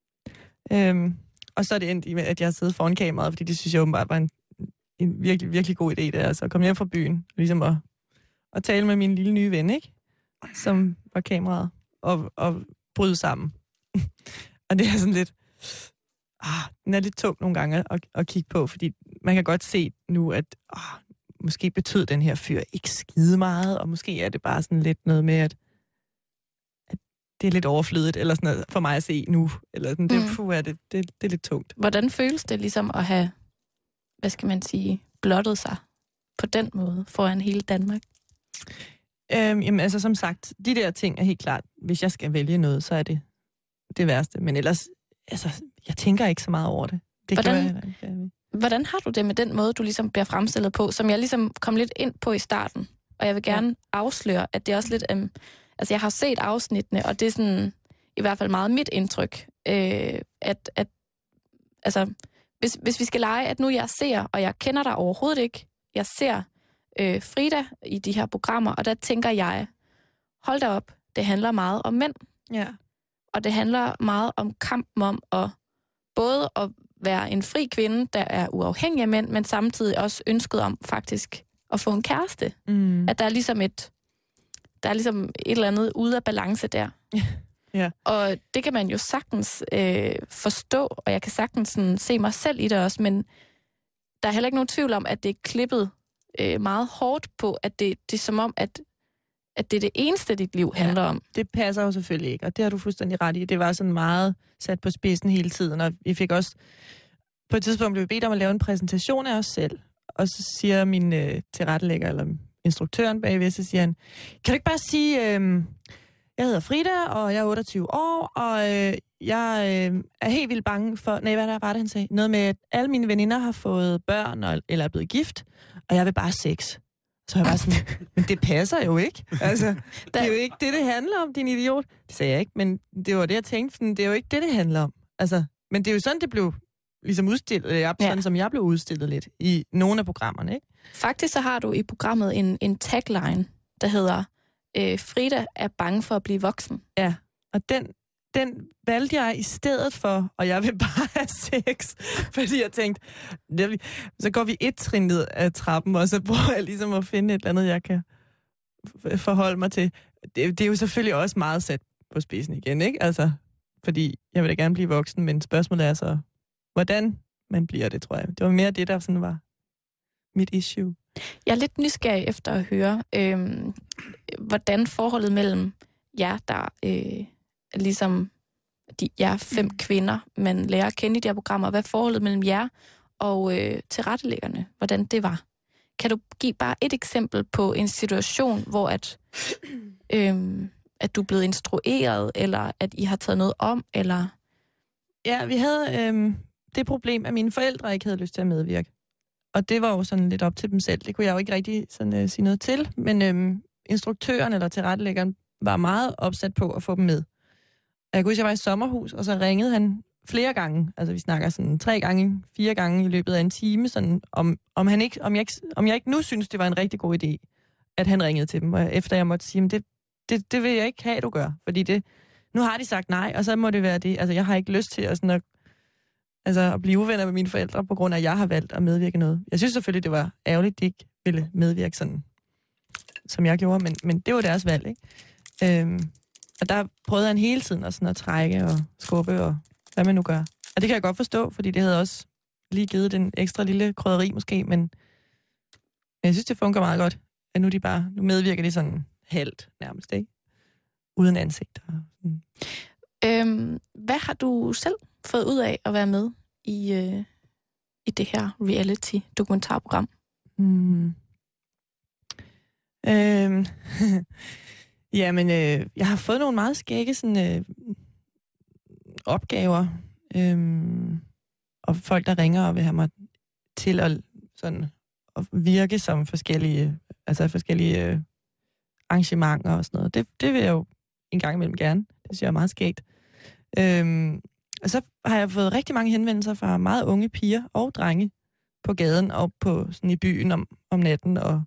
Og så er det endt i, at jeg har siddet foran kameraet, fordi det synes jeg åbenbart var en virkelig, virkelig god idé, det er altså at komme hjem fra byen, ligesom at tale med min lille nye ven, ikke? Som var kameraet, og bryde sammen. Og det er sådan lidt, den er lidt tung nogle gange at kigge på, fordi man kan godt se nu, at måske betød den her fyr ikke skide meget, og måske er det bare sådan lidt noget med, at det er lidt overflødigt, eller sådan noget, for mig at se nu. Eller sådan, det er lidt tungt. Hvordan føles det ligesom at have, hvad skal man sige, blottet sig på den måde foran hele Danmark? Jamen altså, som sagt, de der ting er helt klart, hvis jeg skal vælge noget, så er det værste. Men ellers, altså, jeg tænker ikke så meget over det. Hvordan har du det med den måde, du ligesom bliver fremstillet på, som jeg ligesom kom lidt ind på i starten? Og jeg vil gerne afsløre, at det er også lidt... altså, jeg har set afsnittene, og det er sådan, i hvert fald meget mit indtryk, at altså, hvis vi skal lege, at nu jeg ser, og jeg kender dig overhovedet ikke, jeg ser Frida i de her programmer, og der tænker jeg, hold da op, det handler meget om mænd. Ja. Og det handler meget om kampen om både at være en fri kvinde, der er uafhængig af mænd, men samtidig også ønsket om faktisk at få en kæreste. At der er ligesom et eller andet ude af balance der. Ja. Og det kan man jo sagtens forstå, og jeg kan sagtens sådan, se mig selv i det også, men der er heller ikke nogen tvivl om, at det er klippet meget hårdt på, at det er som om, at det er det eneste, dit liv handler om. Det passer jo selvfølgelig ikke, og det har du fuldstændig ret i. Det var sådan meget sat på spidsen hele tiden, og vi fik også... På et tidspunkt blev vi bedt om at lave en præsentation af os selv, og så siger min tilrettelægger, eller instruktøren bagved, så siger han, kan du ikke bare sige, jeg hedder Frida, og jeg er 28 år, og jeg er helt vildt bange for... Nej, hvad der var det, han sagde? Noget med, at alle mine veninder har fået børn, eller er blevet gift, og jeg vil bare sex. Så jeg bare sådan, men det passer jo ikke. Altså, det er jo ikke det handler om, din idiot. Det sagde jeg ikke, men det var det, jeg tænkte. Det er jo ikke det handler om. Altså, men det er jo sådan, det blev ligesom udstillet, sådan som jeg blev udstillet lidt i nogle af programmerne, ikke? Faktisk så har du i programmet en tagline, der hedder, Frida er bange for at blive voksen. Ja, og den valgte jeg i stedet for, og jeg vil bare have sex, fordi jeg tænkte, så går vi et trin ned af trappen, og så prøver jeg ligesom at finde et eller andet, jeg kan forholde mig til. Det er jo selvfølgelig også meget sat på spidsen igen, ikke? Altså, fordi jeg vil da gerne blive voksen, men spørgsmålet er så, hvordan man bliver det, tror jeg. Det var mere det, der sådan var mit issue. Jeg er lidt nysgerrig efter at høre, hvordan forholdet mellem jer, der ligesom jer 5 kvinder, man lærer at kende i de her programmer, hvad forholdet mellem jer og tilrettelæggerne, hvordan det var. Kan du give bare et eksempel på en situation, hvor at du er blevet instrueret, eller at I har taget noget om, eller... Ja, vi havde det problem, at mine forældre ikke havde lyst til at medvirke. Og det var jo sådan lidt op til dem selv. Det kunne jeg jo ikke rigtig sådan, sige noget til. Men instruktøren eller tilrettelæggeren var meget opsat på at få dem med. Jeg kunne huske, jeg var i sommerhus, og så ringede han flere gange. Altså vi snakker sådan 3 gange, 4 gange i løbet af en time, sådan, om jeg ikke nu synes, det var en rigtig god idé, at han ringede til dem. Og efter jeg måtte sige, det vil jeg ikke have, du gør. Fordi nu har de sagt nej, og så må det være det. Altså jeg har ikke lyst til at blive uvenner med mine forældre, på grund af, at jeg har valgt at medvirke noget. Jeg synes selvfølgelig, det var ærgerligt, at de ikke ville medvirke sådan, som jeg gjorde, men det var deres valg, ikke? Og der prøvede han hele tiden at trække og skubbe, og hvad man nu gør. Og det kan jeg godt forstå, fordi det havde også lige givet den ekstra lille krydderi måske, men jeg synes, det fungerer meget godt, at nu medvirker de sådan halvt nærmest, ikke? Uden ansigt. Hvad har du selv fået ud af at være med i det her reality-dokumentarprogram? Jamen, jeg har fået nogle meget skægge sådan, opgaver, og folk, der ringer og vil have mig til at virke som forskellige arrangementer og sådan noget. Det vil jeg jo en gang imellem gerne. Det synes jeg er meget skægt. Og så har jeg fået rigtig mange henvendelser fra meget unge piger og drenge på gaden og sådan i byen om natten, og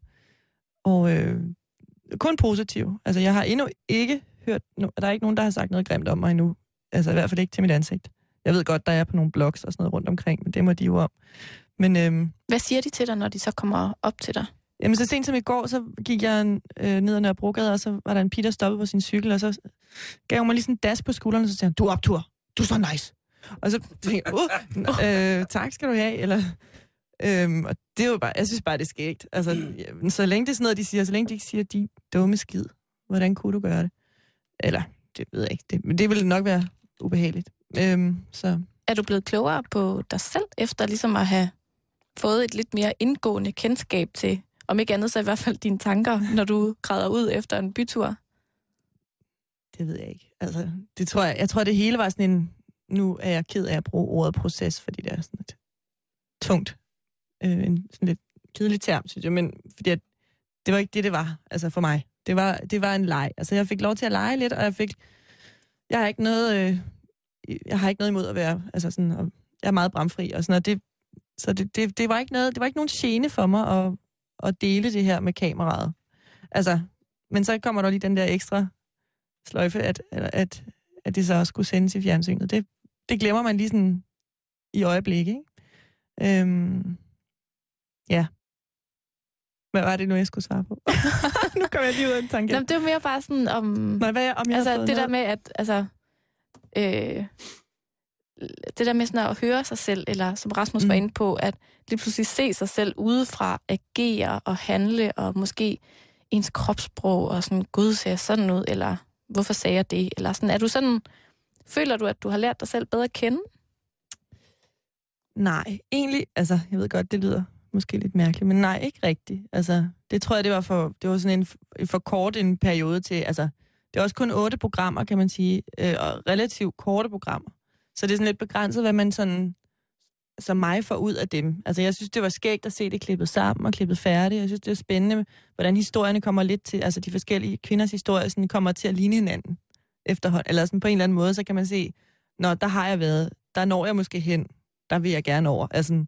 kun positiv. Altså, jeg har endnu ikke hørt... Der er ikke nogen, der har sagt noget grimt om mig endnu. Altså, i hvert fald ikke til mit ansigt. Jeg ved godt, der er på nogle blogs og sådan noget rundt omkring, men det må de jo om. Men, hvad siger de til dig, når de så kommer op til dig? Jamen, så sent som i går, så gik jeg ned ad Nørrebrogade, og så var der en pige, der stoppede på sin cykel, og så gav hun mig lige sådan en das på skulderen, og så sagde hun, du er optur. Du er så nice. Og så tænkte jeg, tak skal du have, eller... og det er jo bare, jeg synes bare, det er skægt. Altså, så længe det er sådan noget, de siger, så længe de ikke siger, de dumme skid, hvordan kunne du gøre det? Eller, det ved jeg ikke. Men det ville nok være ubehageligt. Så. Er du blevet klogere på dig selv, efter ligesom at have fået et lidt mere indgående kendskab til, om ikke andet, så i hvert fald dine tanker, når du græder ud efter en bytur? Det ved jeg ikke. Altså, det tror jeg tror, det hele var sådan en... Nu er jeg ked af at bruge ordet proces, fordi det er sådan et tungt. En sådan lidt kedelig term, synes jeg, men fordi det var ikke det var, altså for mig. Det var en leg. Altså jeg fik lov til at lege lidt, og jeg har ikke noget imod at være, altså sådan, og jeg er meget bramfri og sådan noget. Så det var ikke noget, det var ikke nogen gene for mig at dele det her med kameraet. Altså, men så kommer der lige den der ekstra sløjfe, at det så også skulle sendes i fjernsynet. Det glemmer man lige sådan i øjeblikket, ikke? Ja. Hvad var det nu, jeg skulle svare på? Nu kommer jeg lige ud af en tangent. Nå, det var mere bare sådan om... Nå, hvad, om jeg altså, har fået det noget? der med, at... Altså, det der med sådan at høre sig selv, eller som Rasmus var inde på, at lige pludselig se sig selv udefra, agere og handle, og måske ens kropssprog, og sådan, gud, ser sådan ud, eller hvorfor sagde jeg det? Eller sådan, er du sådan... Føler du, at du har lært dig selv bedre at kende? Nej, egentlig, altså, jeg ved godt, det lyder måske lidt mærkeligt, men nej, ikke rigtigt. Altså, det tror jeg, det var sådan en for kort en periode til, altså, det er også kun 8 programmer, kan man sige, og relativt korte programmer. Så det er sådan lidt begrænset, hvad man sådan, som mig får ud af dem. Altså, jeg synes, det var skægt at se det klippet sammen og klippet færdigt. Jeg synes, det er spændende, hvordan historierne kommer lidt til, altså de forskellige kvinders historier sådan kommer til at ligne hinanden efterhånden. Eller sådan på en eller anden måde, så kan man se, nå, der har jeg været, der når jeg måske hen, der vil jeg gerne over. Altså,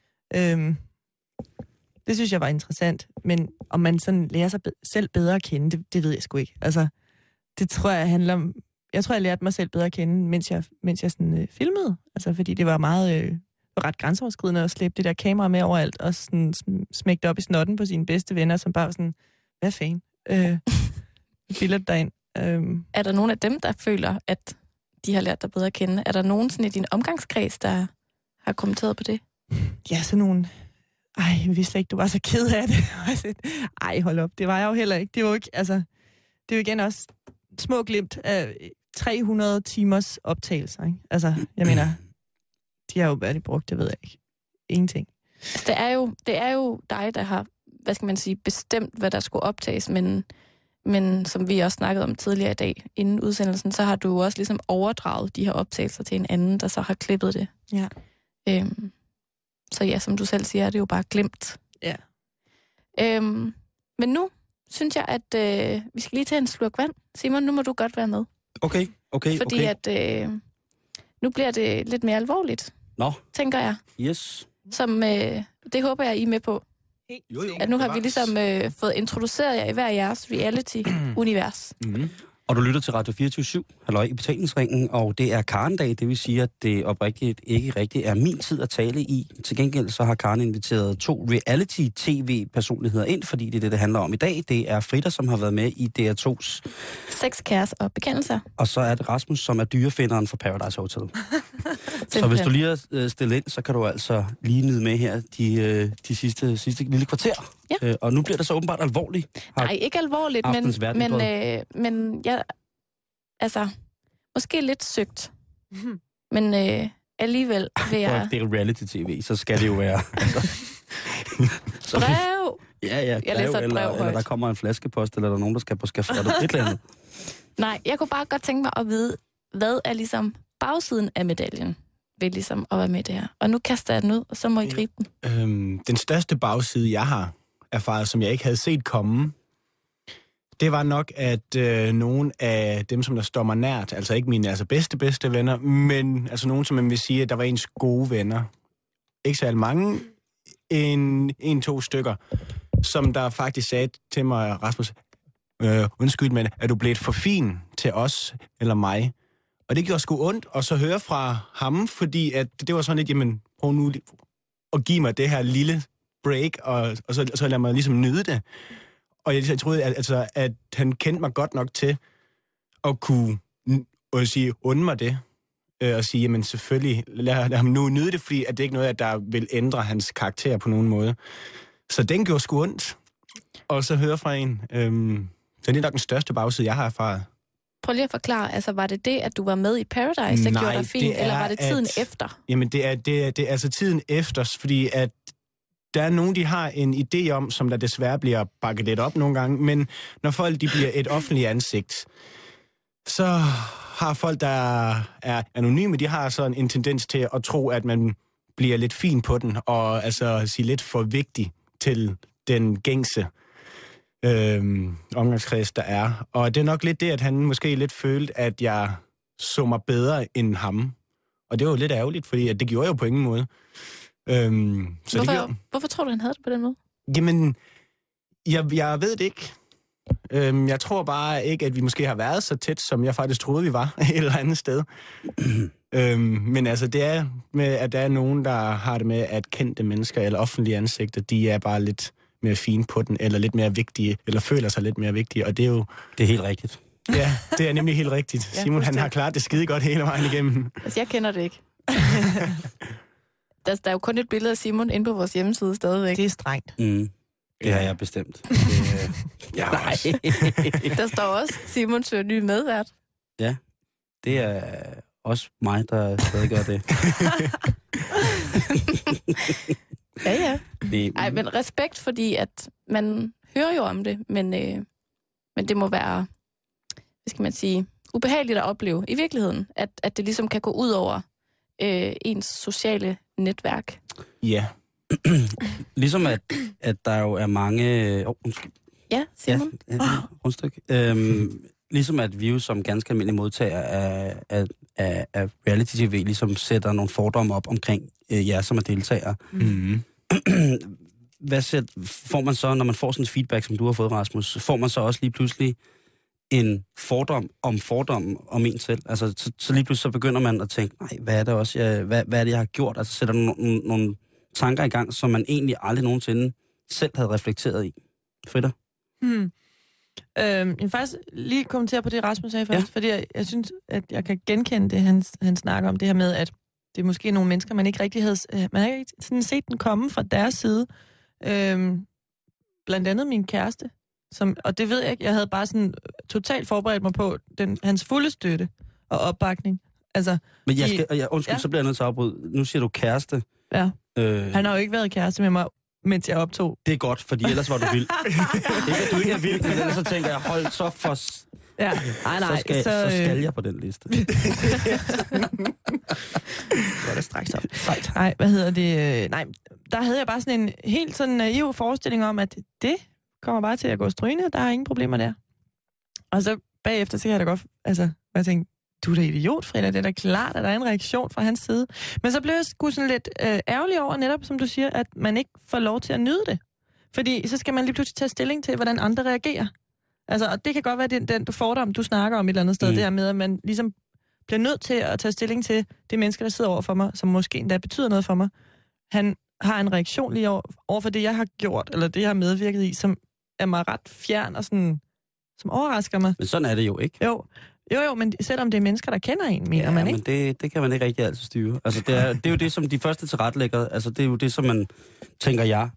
det synes jeg var interessant. Men om man sådan lærer sig selv bedre at kende, det ved jeg sgu ikke. Altså, det tror jeg handler om... Jeg tror, jeg lærte mig selv bedre at kende, mens jeg sådan, filmede. Altså, fordi det var meget ret grænseoverskridende at slæbe det der kamera med overalt, og sådan smægte op i snotten på sine bedste venner, som bare sådan, hvad fanden? Billeder derind. Er der nogen af dem, der føler, at de har lært dig bedre at kende? Er der nogen sådan i din omgangskreds, der har kommenteret på det? Ja, sådan nogle jeg vidste slet ikke, du var så ked af det. Ej, hold op, det var jeg jo heller ikke. Det var jo ikke, altså, det er jo igen også små glimt af 300 timers optagelser, ikke? Altså, jeg mener, de har jo været brugt, det ved jeg ikke. Ingenting. Altså, det er jo dig, der har, hvad skal man sige, bestemt, hvad der skulle optages, men som vi også snakkede om tidligere i dag, inden udsendelsen, så har du også ligesom overdraget de her optagelser til en anden, der så har klippet det. Ja. Så ja, som du selv siger, er det jo bare glemt. Ja. Men nu synes jeg, at vi skal lige tage en slurk vand. Simon, nu må du godt være med. Okay. Fordi at nu bliver det lidt mere alvorligt, tænker jeg. Yes. Som, det håber jeg, I er med på. Jo, at nu har vi ligesom fået introduceret jer i hver jeres reality-univers. Mm-hmm. Og du lytter til Radio 24/7, halløj i betalingsringen, og det er Karen-dag, det vil sige, at det oprigtigt ikke rigtigt er min tid at tale i. Til gengæld så har Karen inviteret 2 reality-tv-personligheder ind, fordi det er det, det handler om i dag. Det er Frida, som har været med i DR2's Sex, Kæres og Bekendelser. Og så er det Rasmus, som er dyrefinderen for Paradise Hotel. Så hvis du lige er stillet ind, så kan du altså lige nyde med her de sidste lille kvarter. Ja. Og nu bliver det så åbenbart alvorligt. Nej, ikke alvorligt, men jeg, altså, måske lidt søgt. Men alligevel vil jeg... Det er reality-tv, så skal det jo være... Brev! Ja, jeg læser et brev eller der kommer en flaskepost, eller der er nogen, der skal på skafottet, et eller andet. Nej, jeg kunne bare godt tænke mig at vide, hvad er ligesom bagsiden af medaljen ved ligesom at være med i det her. Og nu kaster jeg den ud, og så må I gribe den. Den største bagside, jeg har erfaret, som jeg ikke havde set komme, det var nok, at nogle af dem, som der står mig nært, altså ikke mine bedste venner, men altså nogen, som man vil sige, at der var ens gode venner. Ikke så mange, to stykker, som der faktisk sagde til mig, Rasmus, undskyld, men er du blevet for fin til os eller mig? Og det gjorde sgu ondt at så høre fra ham, fordi at det var sådan lidt, jamen, prøv nu at give mig det her lille break, og så lad mig ligesom nyde det. Og jeg troede, at han kendte mig godt nok til at kunne unde mig det, og sige, jamen selvfølgelig, lad ham nu nyde det, fordi at det ikke er noget, der vil ændre hans karakter på nogen måde. Så den gjorde sgu ondt, og så høre fra en. Så det er nok den største bagside, jeg har erfaret. Prøv lige at forklare, altså var det det, at du var med i Paradise, der gjorde dig fint, eller var det tiden efter? Jamen det er altså tiden efter, fordi at der er nogen, de har en idé om, som der desværre bliver bakket lidt op nogle gange, men når folk de bliver et offentligt ansigt, så har folk, der er anonyme, de har sådan en tendens til at tro, at man bliver lidt fin på den, og altså sige lidt for vigtig til den gængse omgangskreds, der er. Og det er nok lidt det, at han måske lidt følte, at jeg så mig bedre end ham. Og det var jo lidt ærgerligt, fordi at det gjorde jeg jo på ingen måde. Hvorfor tror du, han havde det på den måde? Jamen, jeg ved det ikke. Jeg tror bare ikke, at vi måske har været så tæt, som jeg faktisk troede, vi var et eller andet sted. Men altså, det er med, at der er nogen, der har det med, at kendte mennesker eller offentlige ansigter, de er bare lidt mere fine på den, eller lidt mere vigtige, eller føler sig lidt mere vigtige, og det er jo... Det er helt rigtigt. Ja, det er nemlig helt rigtigt. Ja, Simon, han har klaret det skide godt hele vejen igennem. Altså, jeg kender det ikke. Der er jo kun et billede af Simon inde på vores hjemmeside stadigvæk. Det er strengt. Det har jeg bestemt. Nej. Der står også, Simon søger ny medvært. Ja, det er også mig, der stadig gør det. Ja. Ej, men respekt, fordi at man hører jo om det, men det må være, hvad skal man sige, ubehageligt at opleve i virkeligheden, at det ligesom kan gå ud over ens sociale netværk. Ja. Ligesom at der jo er mange... Ja, Simon. Ja, ligesom at vi jo som ganske almindelige modtager af reality-tv ligesom sætter nogle fordomme op omkring jer, som er deltagere. Mm-hmm. Får man så, når man får sådan en feedback, som du har fået, Rasmus, får man så også lige pludselig en fordom om en selv? Altså, så lige pludselig så begynder man at tænke, nej, hvad er det også, hvad er det, jeg har gjort? Altså sætter nogle tanker i gang, som man egentlig aldrig nogensinde selv havde reflekteret i. Frida? Jeg vil faktisk lige kommentere på det, Rasmus sagde først, fordi jeg synes, at jeg kan genkende det, han snakker om, det her med, at det er måske nogle mennesker, man ikke rigtig havde... Man har ikke sådan set den komme fra deres side. Blandt andet min kæreste. Og det ved jeg ikke. Jeg havde bare sådan totalt forberedt mig på hans fulde støtte og opbakning. Altså, men undskyld, så bliver jeg nødt til at afbryde. Nu siger du kæreste. Ja. Han har jo ikke været kæreste med mig, mens jeg optog. Det er godt, fordi ellers var du vild. Ikke at du ikke er vild, men ellers så tænker jeg, hold så for... Ja. Nej, så skal jeg på den liste. Så er det straks op. Sejt. Nej, hvad hedder det? Nej, der havde jeg bare sådan en helt sådan naiv forestilling om, at det kommer bare til at gå strygende, der er ingen problemer der. Og så bagefter, så kan jeg da godt, altså, jeg tænkte, du er da idiot, Frida, det er da klart, at der er en reaktion fra hans side. Men så blev jeg sgu sådan lidt ærgerlig over, netop som du siger, at man ikke får lov til at nyde det. Fordi så skal man lige pludselig tage stilling til, hvordan andre reagerer. Altså, og det kan godt være den fordom, du snakker om et eller andet sted, det her med, at man ligesom bliver nødt til at tage stilling til det menneske, der sidder over for mig, som måske endda betyder noget for mig. Han har en reaktion lige over for det, jeg har gjort, eller det, jeg har medvirket i, som er mig ret fjern og sådan, som overrasker mig. Men sådan er det jo ikke. Jo, men selvom det er mennesker, der kender en, mener man ikke? Men det kan man ikke rigtig altid styre. Altså, det er jo det, som de første tilrettelægger, altså det er jo det, som man tænker jeg,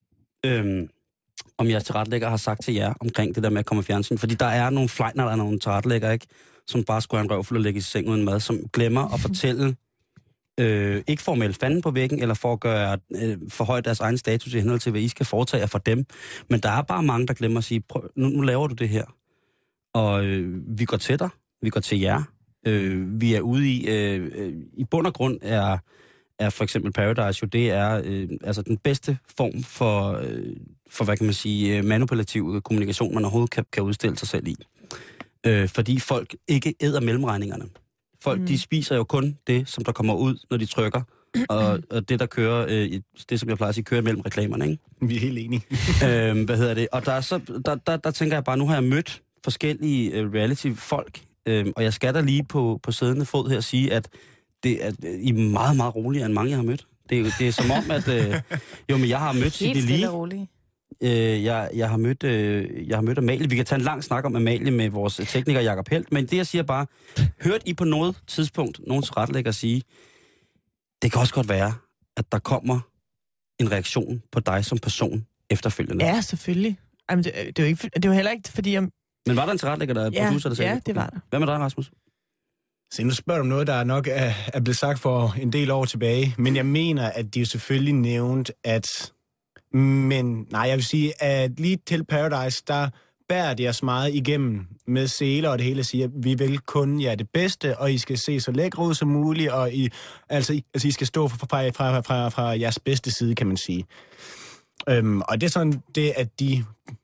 om jeres tilrettelægger har sagt til jer omkring det der med at komme i fjernsyn. Fordi der er nogle flejner, der er nogle tilrettelægger, ikke? Som bare skulle have en røvfuld at lægge i seng uden mad, som glemmer at fortælle, ikke for at melde fanden på væggen, eller for at gøre forhøje deres egen status i henhold til, hvad I skal foretage for dem. Men der er bare mange, der glemmer at sige, nu laver du det her. Og vi går til dig, vi går til jer. Vi er ude i bund og grund er for eksempel Paradise jo, det er altså den bedste form for hvad kan man sige, manipulativ kommunikation, man overhovedet kan udstille sig selv i. Fordi folk ikke æder mellemregningerne. Folk, de spiser jo kun det, som der kommer ud, når de trykker. Og det, der kører, det som jeg plejer at sige, kører mellem reklamerne, ikke? Vi er helt enige. Hvad hedder det? Og der tænker jeg bare, nu har jeg mødt forskellige reality-folk, og jeg skal da lige på siddende fod her sige, at det er I er meget, meget roligere end mange, jeg har mødt. Det er som om, at men jeg har mødt Sitte Lee. Jeg har mødt Amalie. Vi kan tage en lang snak om Amalie med vores tekniker Jakob Helt, men det jeg siger bare, hørte I på noget tidspunkt nogen tilrettelægger sige, det kan også godt være, at der kommer en reaktion på dig som person efterfølgende. Ja, selvfølgelig. Jamen, det er jo heller ikke, fordi jeg... Men var der en tilrettelægger, der er producer, der sagde det var der. Hvad med dig, Rasmus? Så nu spørger du om noget, der nok er blevet sagt for en del år tilbage, men jeg mener, at de jo selvfølgelig nævnt, at... Men nej, jeg vil sige, at lige til Paradise, der bærer de os meget igennem med seler og det hele, siger, vi vil kun jer det bedste, og I skal se så lækre ud som muligt, og I skal stå fra jeres bedste side, kan man sige. Og det er sådan det, at de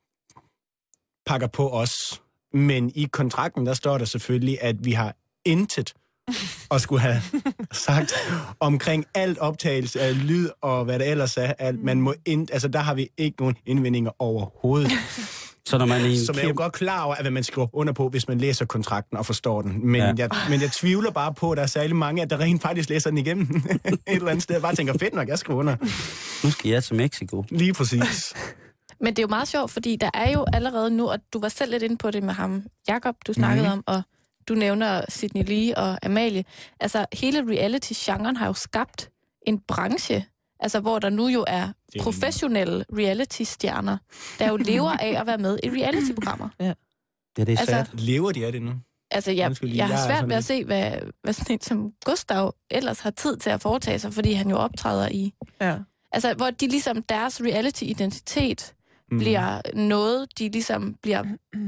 pakker på os. Men i kontrakten, der står der selvfølgelig, at vi har intet og skulle have sagt omkring alt optagelse af lyd og hvad det ellers er. Alt, man må der har vi ikke nogen indvendinger overhovedet. Så når man som er jo godt klar over, hvad man skriver under på, hvis man læser kontrakten og forstår den. Men, jeg tvivler bare på, at der er særlig mange, at der rent faktisk læser den igennem et eller andet sted. Jeg bare tænker, fedt nok, jeg skriver under. Nu skal jeg til Mexico. Lige præcis. Men det er jo meget sjovt, fordi der er jo allerede nu, og du var selv lidt inde på det med ham, Jakob, du snakkede om, og du nævner Sydney Lee og Amalie. Altså, hele reality-genren har jo skabt en branche, altså hvor der nu jo er professionelle reality-stjerner, der jo lever af at være med i reality-programmer. Ja, det er altså, lever de af det nu? Altså, jeg har svært ved at se, hvad sådan en som Gustav ellers har tid til at foretage sig, fordi han jo optræder i... Ja. Altså, hvor de ligesom, deres reality-identitet bliver noget, de ligesom bliver...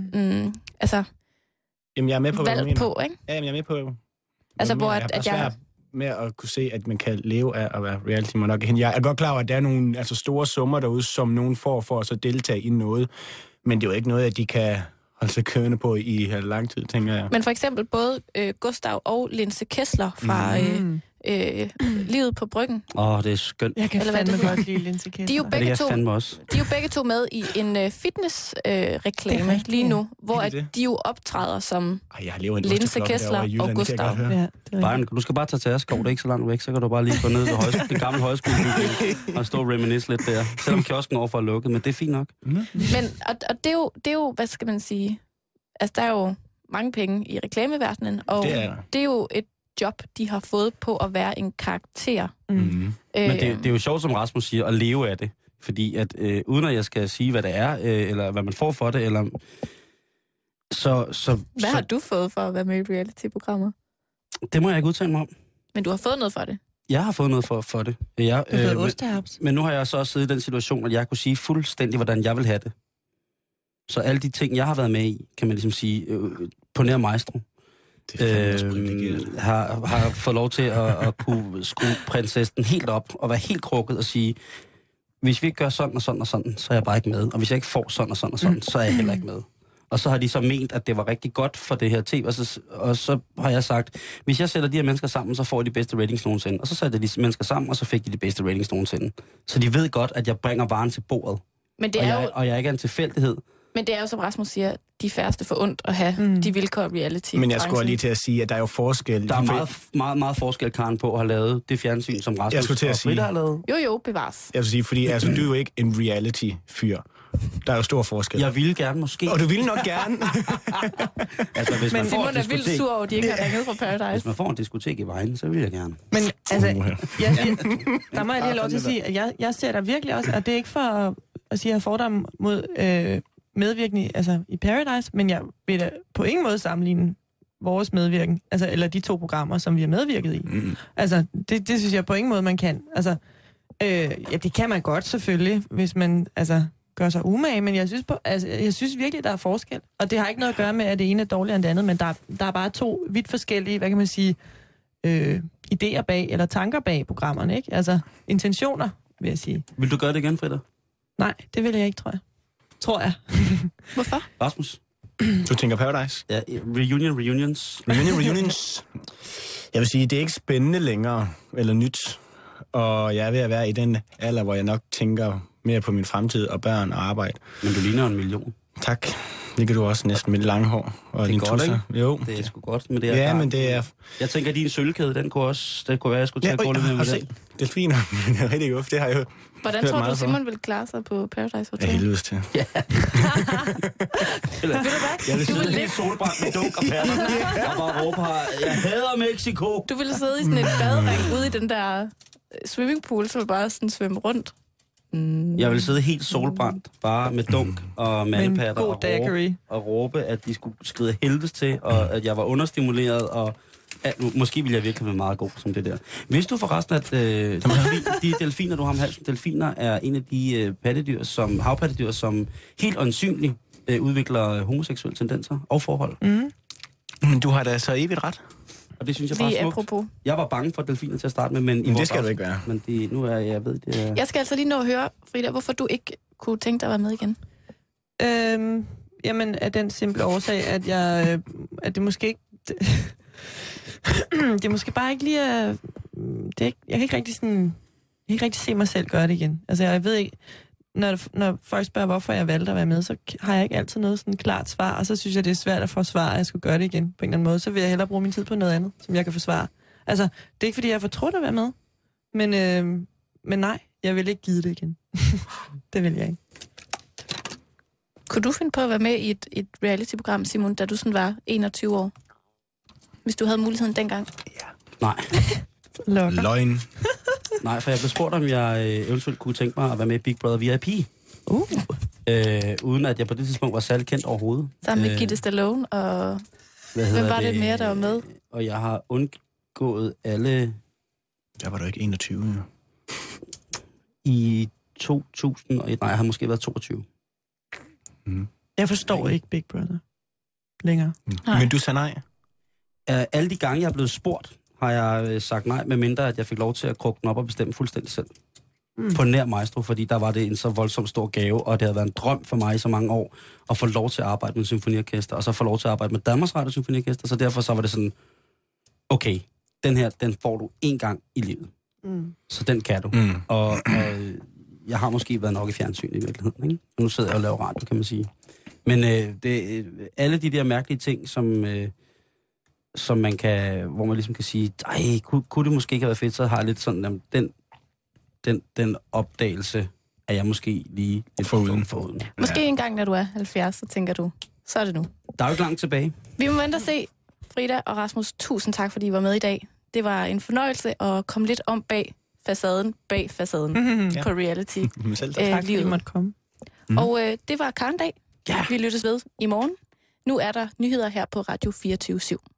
Jamen, jeg er med på, valgt på, ikke? Ja, jeg er med på... Altså, hvor jeg med at kunne se, at man kan leve af at være reality. Jeg er godt klar over, at der er nogle store summer derude, som nogen får for at så deltage i noget. Men det er jo ikke noget, at de kan holde sig kørende på i lang tid, tænker jeg. Men for eksempel både Gustav og Linse Kessler fra Livet på Bryggen. Det er skønt. Jeg kan fandme godt lide Linse Kessler. De er jo begge to med i en fitness-reklame lige nu, hvor de jo optræder som Linse Kessler og Gustav. Du skal bare tage til Askov, det er ikke så langt væk, så kan du bare lige gå ned til det gamle højskolebygning og stå og reminisce lidt der. Selvom kiosken overfor er lukket, men det er fint nok. Men, og det er jo, hvad skal man sige, altså der er jo mange penge i reklameverdenen, og det er jo job, de har fået på at være en karakter. Men det er jo sjovt, som Rasmus siger, at leve af det. Fordi at uden at jeg skal sige, hvad det er, eller hvad man får for det, eller... Hvad har du fået for at være med i reality-programmer? Det må jeg ikke udtale mig om. Men du har fået noget for det? Jeg har fået noget for det. Du har fået ostehaps. Men nu har jeg så også siddet i den situation, at jeg kunne sige fuldstændig, hvordan jeg vil have det. Så alle de ting, jeg har været med i, kan man ligesom sige, på nær maestro, har fået lov til at kunne skrue prinsessen helt op og være helt krukket og sige, hvis vi ikke gør sådan og sådan og sådan, så er jeg bare ikke med. Og hvis jeg ikke får sådan og sådan og sådan, så er jeg heller ikke med. Og så har de så ment, at det var rigtig godt for det her tv, og så har jeg sagt, hvis jeg sætter de her mennesker sammen, så får de bedste ratings nogensinde. Og så satte de mennesker sammen, og så fik de bedste ratings nogensinde. Så de ved godt, at jeg bringer varen til bordet. Men det er og jeg ikke er en tilfældighed. Men det er jo, som Rasmus siger, de færreste for ondt at have de vilkår reality. Men jeg skulle lige til at sige, at der er jo forskel. Der er meget forskel, Karen, på at have lavet det fjernsyn, som Rasmus og Frida har lavet. Jo, bevares. Jeg vil sige, fordi altså, du er jo ikke en reality-fyr. Der er jo stor forskel. Jeg ville gerne måske. Og du ville nok gerne. Altså, hvis men man Simon er vildt sur over, at de ikke har ringet fra Paradise. Hvis man får en diskotek i vejen, så vil jeg gerne. Men altså, der må jeg lige have lov til at sige, at jeg ser der virkelig også, og det er ikke for at sige, at jeg får dig mod medvirkning altså, i Paradise, men jeg vil da på ingen måde sammenligne vores medvirken, altså, eller de 2 programmer, som vi har medvirket i. Altså, det synes jeg på ingen måde, man kan. Altså, ja, det kan man godt selvfølgelig, hvis man gør sig umage, men jeg synes virkelig, der er forskel. Og det har ikke noget at gøre med, at det ene er dårligere end det andet, men der er bare 2 vidt forskellige, hvad kan man sige, idéer bag, eller tanker bag programmerne, ikke? Altså, intentioner, vil jeg sige. Vil du gøre det igen, Frida? Nej, det vil jeg ikke, tror jeg. Hvorfor? Rasmus? Du tænker Paradise? Ja, reunions. Reunions. Jeg vil sige, det er ikke spændende længere, eller nyt. Og jeg er ved at være i den alder, hvor jeg nok tænker mere på min fremtid og børn og arbejde. Men du ligner 1 million. Tak. Det kan du også næsten med det lange hår. Og det er godt, ikke? Jo. Det er sgu godt, men det er ja, men det er... Jeg tænker, at din sølvkæde, det kunne være, at jeg skulle tage gulvet med den. Delfiner. Det er rigtig godt. Det har jeg jo. Hvordan tror du, Simon vil klare sig på Paradise Hotel? Jeg er helvedes til. Ja. Ved du hvad? Jeg vil sidde helt solbrændt med dunk og patter. Og bare råbe her, jeg hader Mexico. Du ville sidde i sådan en badering ude i den der swimmingpool, så vil bare sådan svømme rundt. Jeg vil sidde helt solbrændt, bare med dunk og mandepatter og råbe, at de skulle skride helvedes til, og at jeg var understimuleret, og måske ville jeg virkelig være meget god som det der. Vidste du forresten, at de delfiner, du har om halsen, delfiner er en af de havpattedyr, som helt øjensynligt udvikler homoseksuelle tendenser og forhold. Men du har da så evigt ret. Og det synes jeg bare er smukt. Apropos. Jeg var bange for delfiner til at starte med, men det skal du ikke være. Men nu er jeg ved det. Jeg skal altså lige nå at høre, Frida, hvorfor du ikke kunne tænke dig at være med igen. Jamen, af den simple årsag, at det måske ikke... det er måske bare ikke lige at... Jeg kan ikke rigtig se mig selv gøre det igen. Altså, jeg ved ikke... Når folk spørger, hvorfor jeg valgte at være med, så har jeg ikke altid noget sådan klart svar, og så synes jeg, det er svært at forsvare, at jeg skulle gøre det igen på en eller anden måde. Så vil jeg hellere bruge min tid på noget andet, som jeg kan forsvare. Altså, det er ikke, fordi jeg er fortrudt at være med, men nej, jeg vil ikke give det igen. Det vil jeg ikke. Kunne du finde på at være med i et reality-program, Simon, da du sådan var 21 år? Hvis du havde muligheden dengang? Ja. Nej. Løgn. Nej, for jeg blev spurgt, om jeg eventuelt kunne tænke mig at være med i Big Brother VIP. Uden at jeg på det tidspunkt var særlig kendt overhovedet. Sammen med Gitte Stallone og... Hvem var det mere, der var med? Og jeg har undgået alle... Der var du ikke 21, ja. I 2001... Nej, jeg har måske været 22. Jeg forstår ikke Big Brother længere. Men du sagde nej? Alle de gange, jeg er blevet spurgt, har jeg sagt nej, medmindre at jeg fik lov til at krukke den op og bestemme fuldstændig selv. På nær maestro, fordi der var det en så voldsomt stor gave, og det havde været en drøm for mig i så mange år, at få lov til at arbejde med symfoniorkester, og så få lov til at arbejde med Danmarks Radio Symfoniorkester, så derfor så var det sådan, okay, den her, den får du én gang i livet. Så den kan du. Og jeg har måske været nok i fjernsyn i virkeligheden, ikke? Og nu sidder jeg og laver radio, kan man sige. Men alle de der mærkelige ting, som man kan, hvor man ligesom kan sige, ej, kunne det måske ikke have været fedt, så har jeg lidt sådan, den opdagelse, er jeg måske lige lidt foruden. Måske en gang, når du er 70, så tænker du, så er det nu. Der er jo ikke langt tilbage. Vi må vente og se. Frida og Rasmus, tusind tak, fordi I var med i dag. Det var en fornøjelse at komme lidt om bag facaden på reality. Selv tak, fordi I måtte komme. Og det var Karen Dag. Vi lyttes ved i morgen. Nu er der nyheder her på Radio 24/7.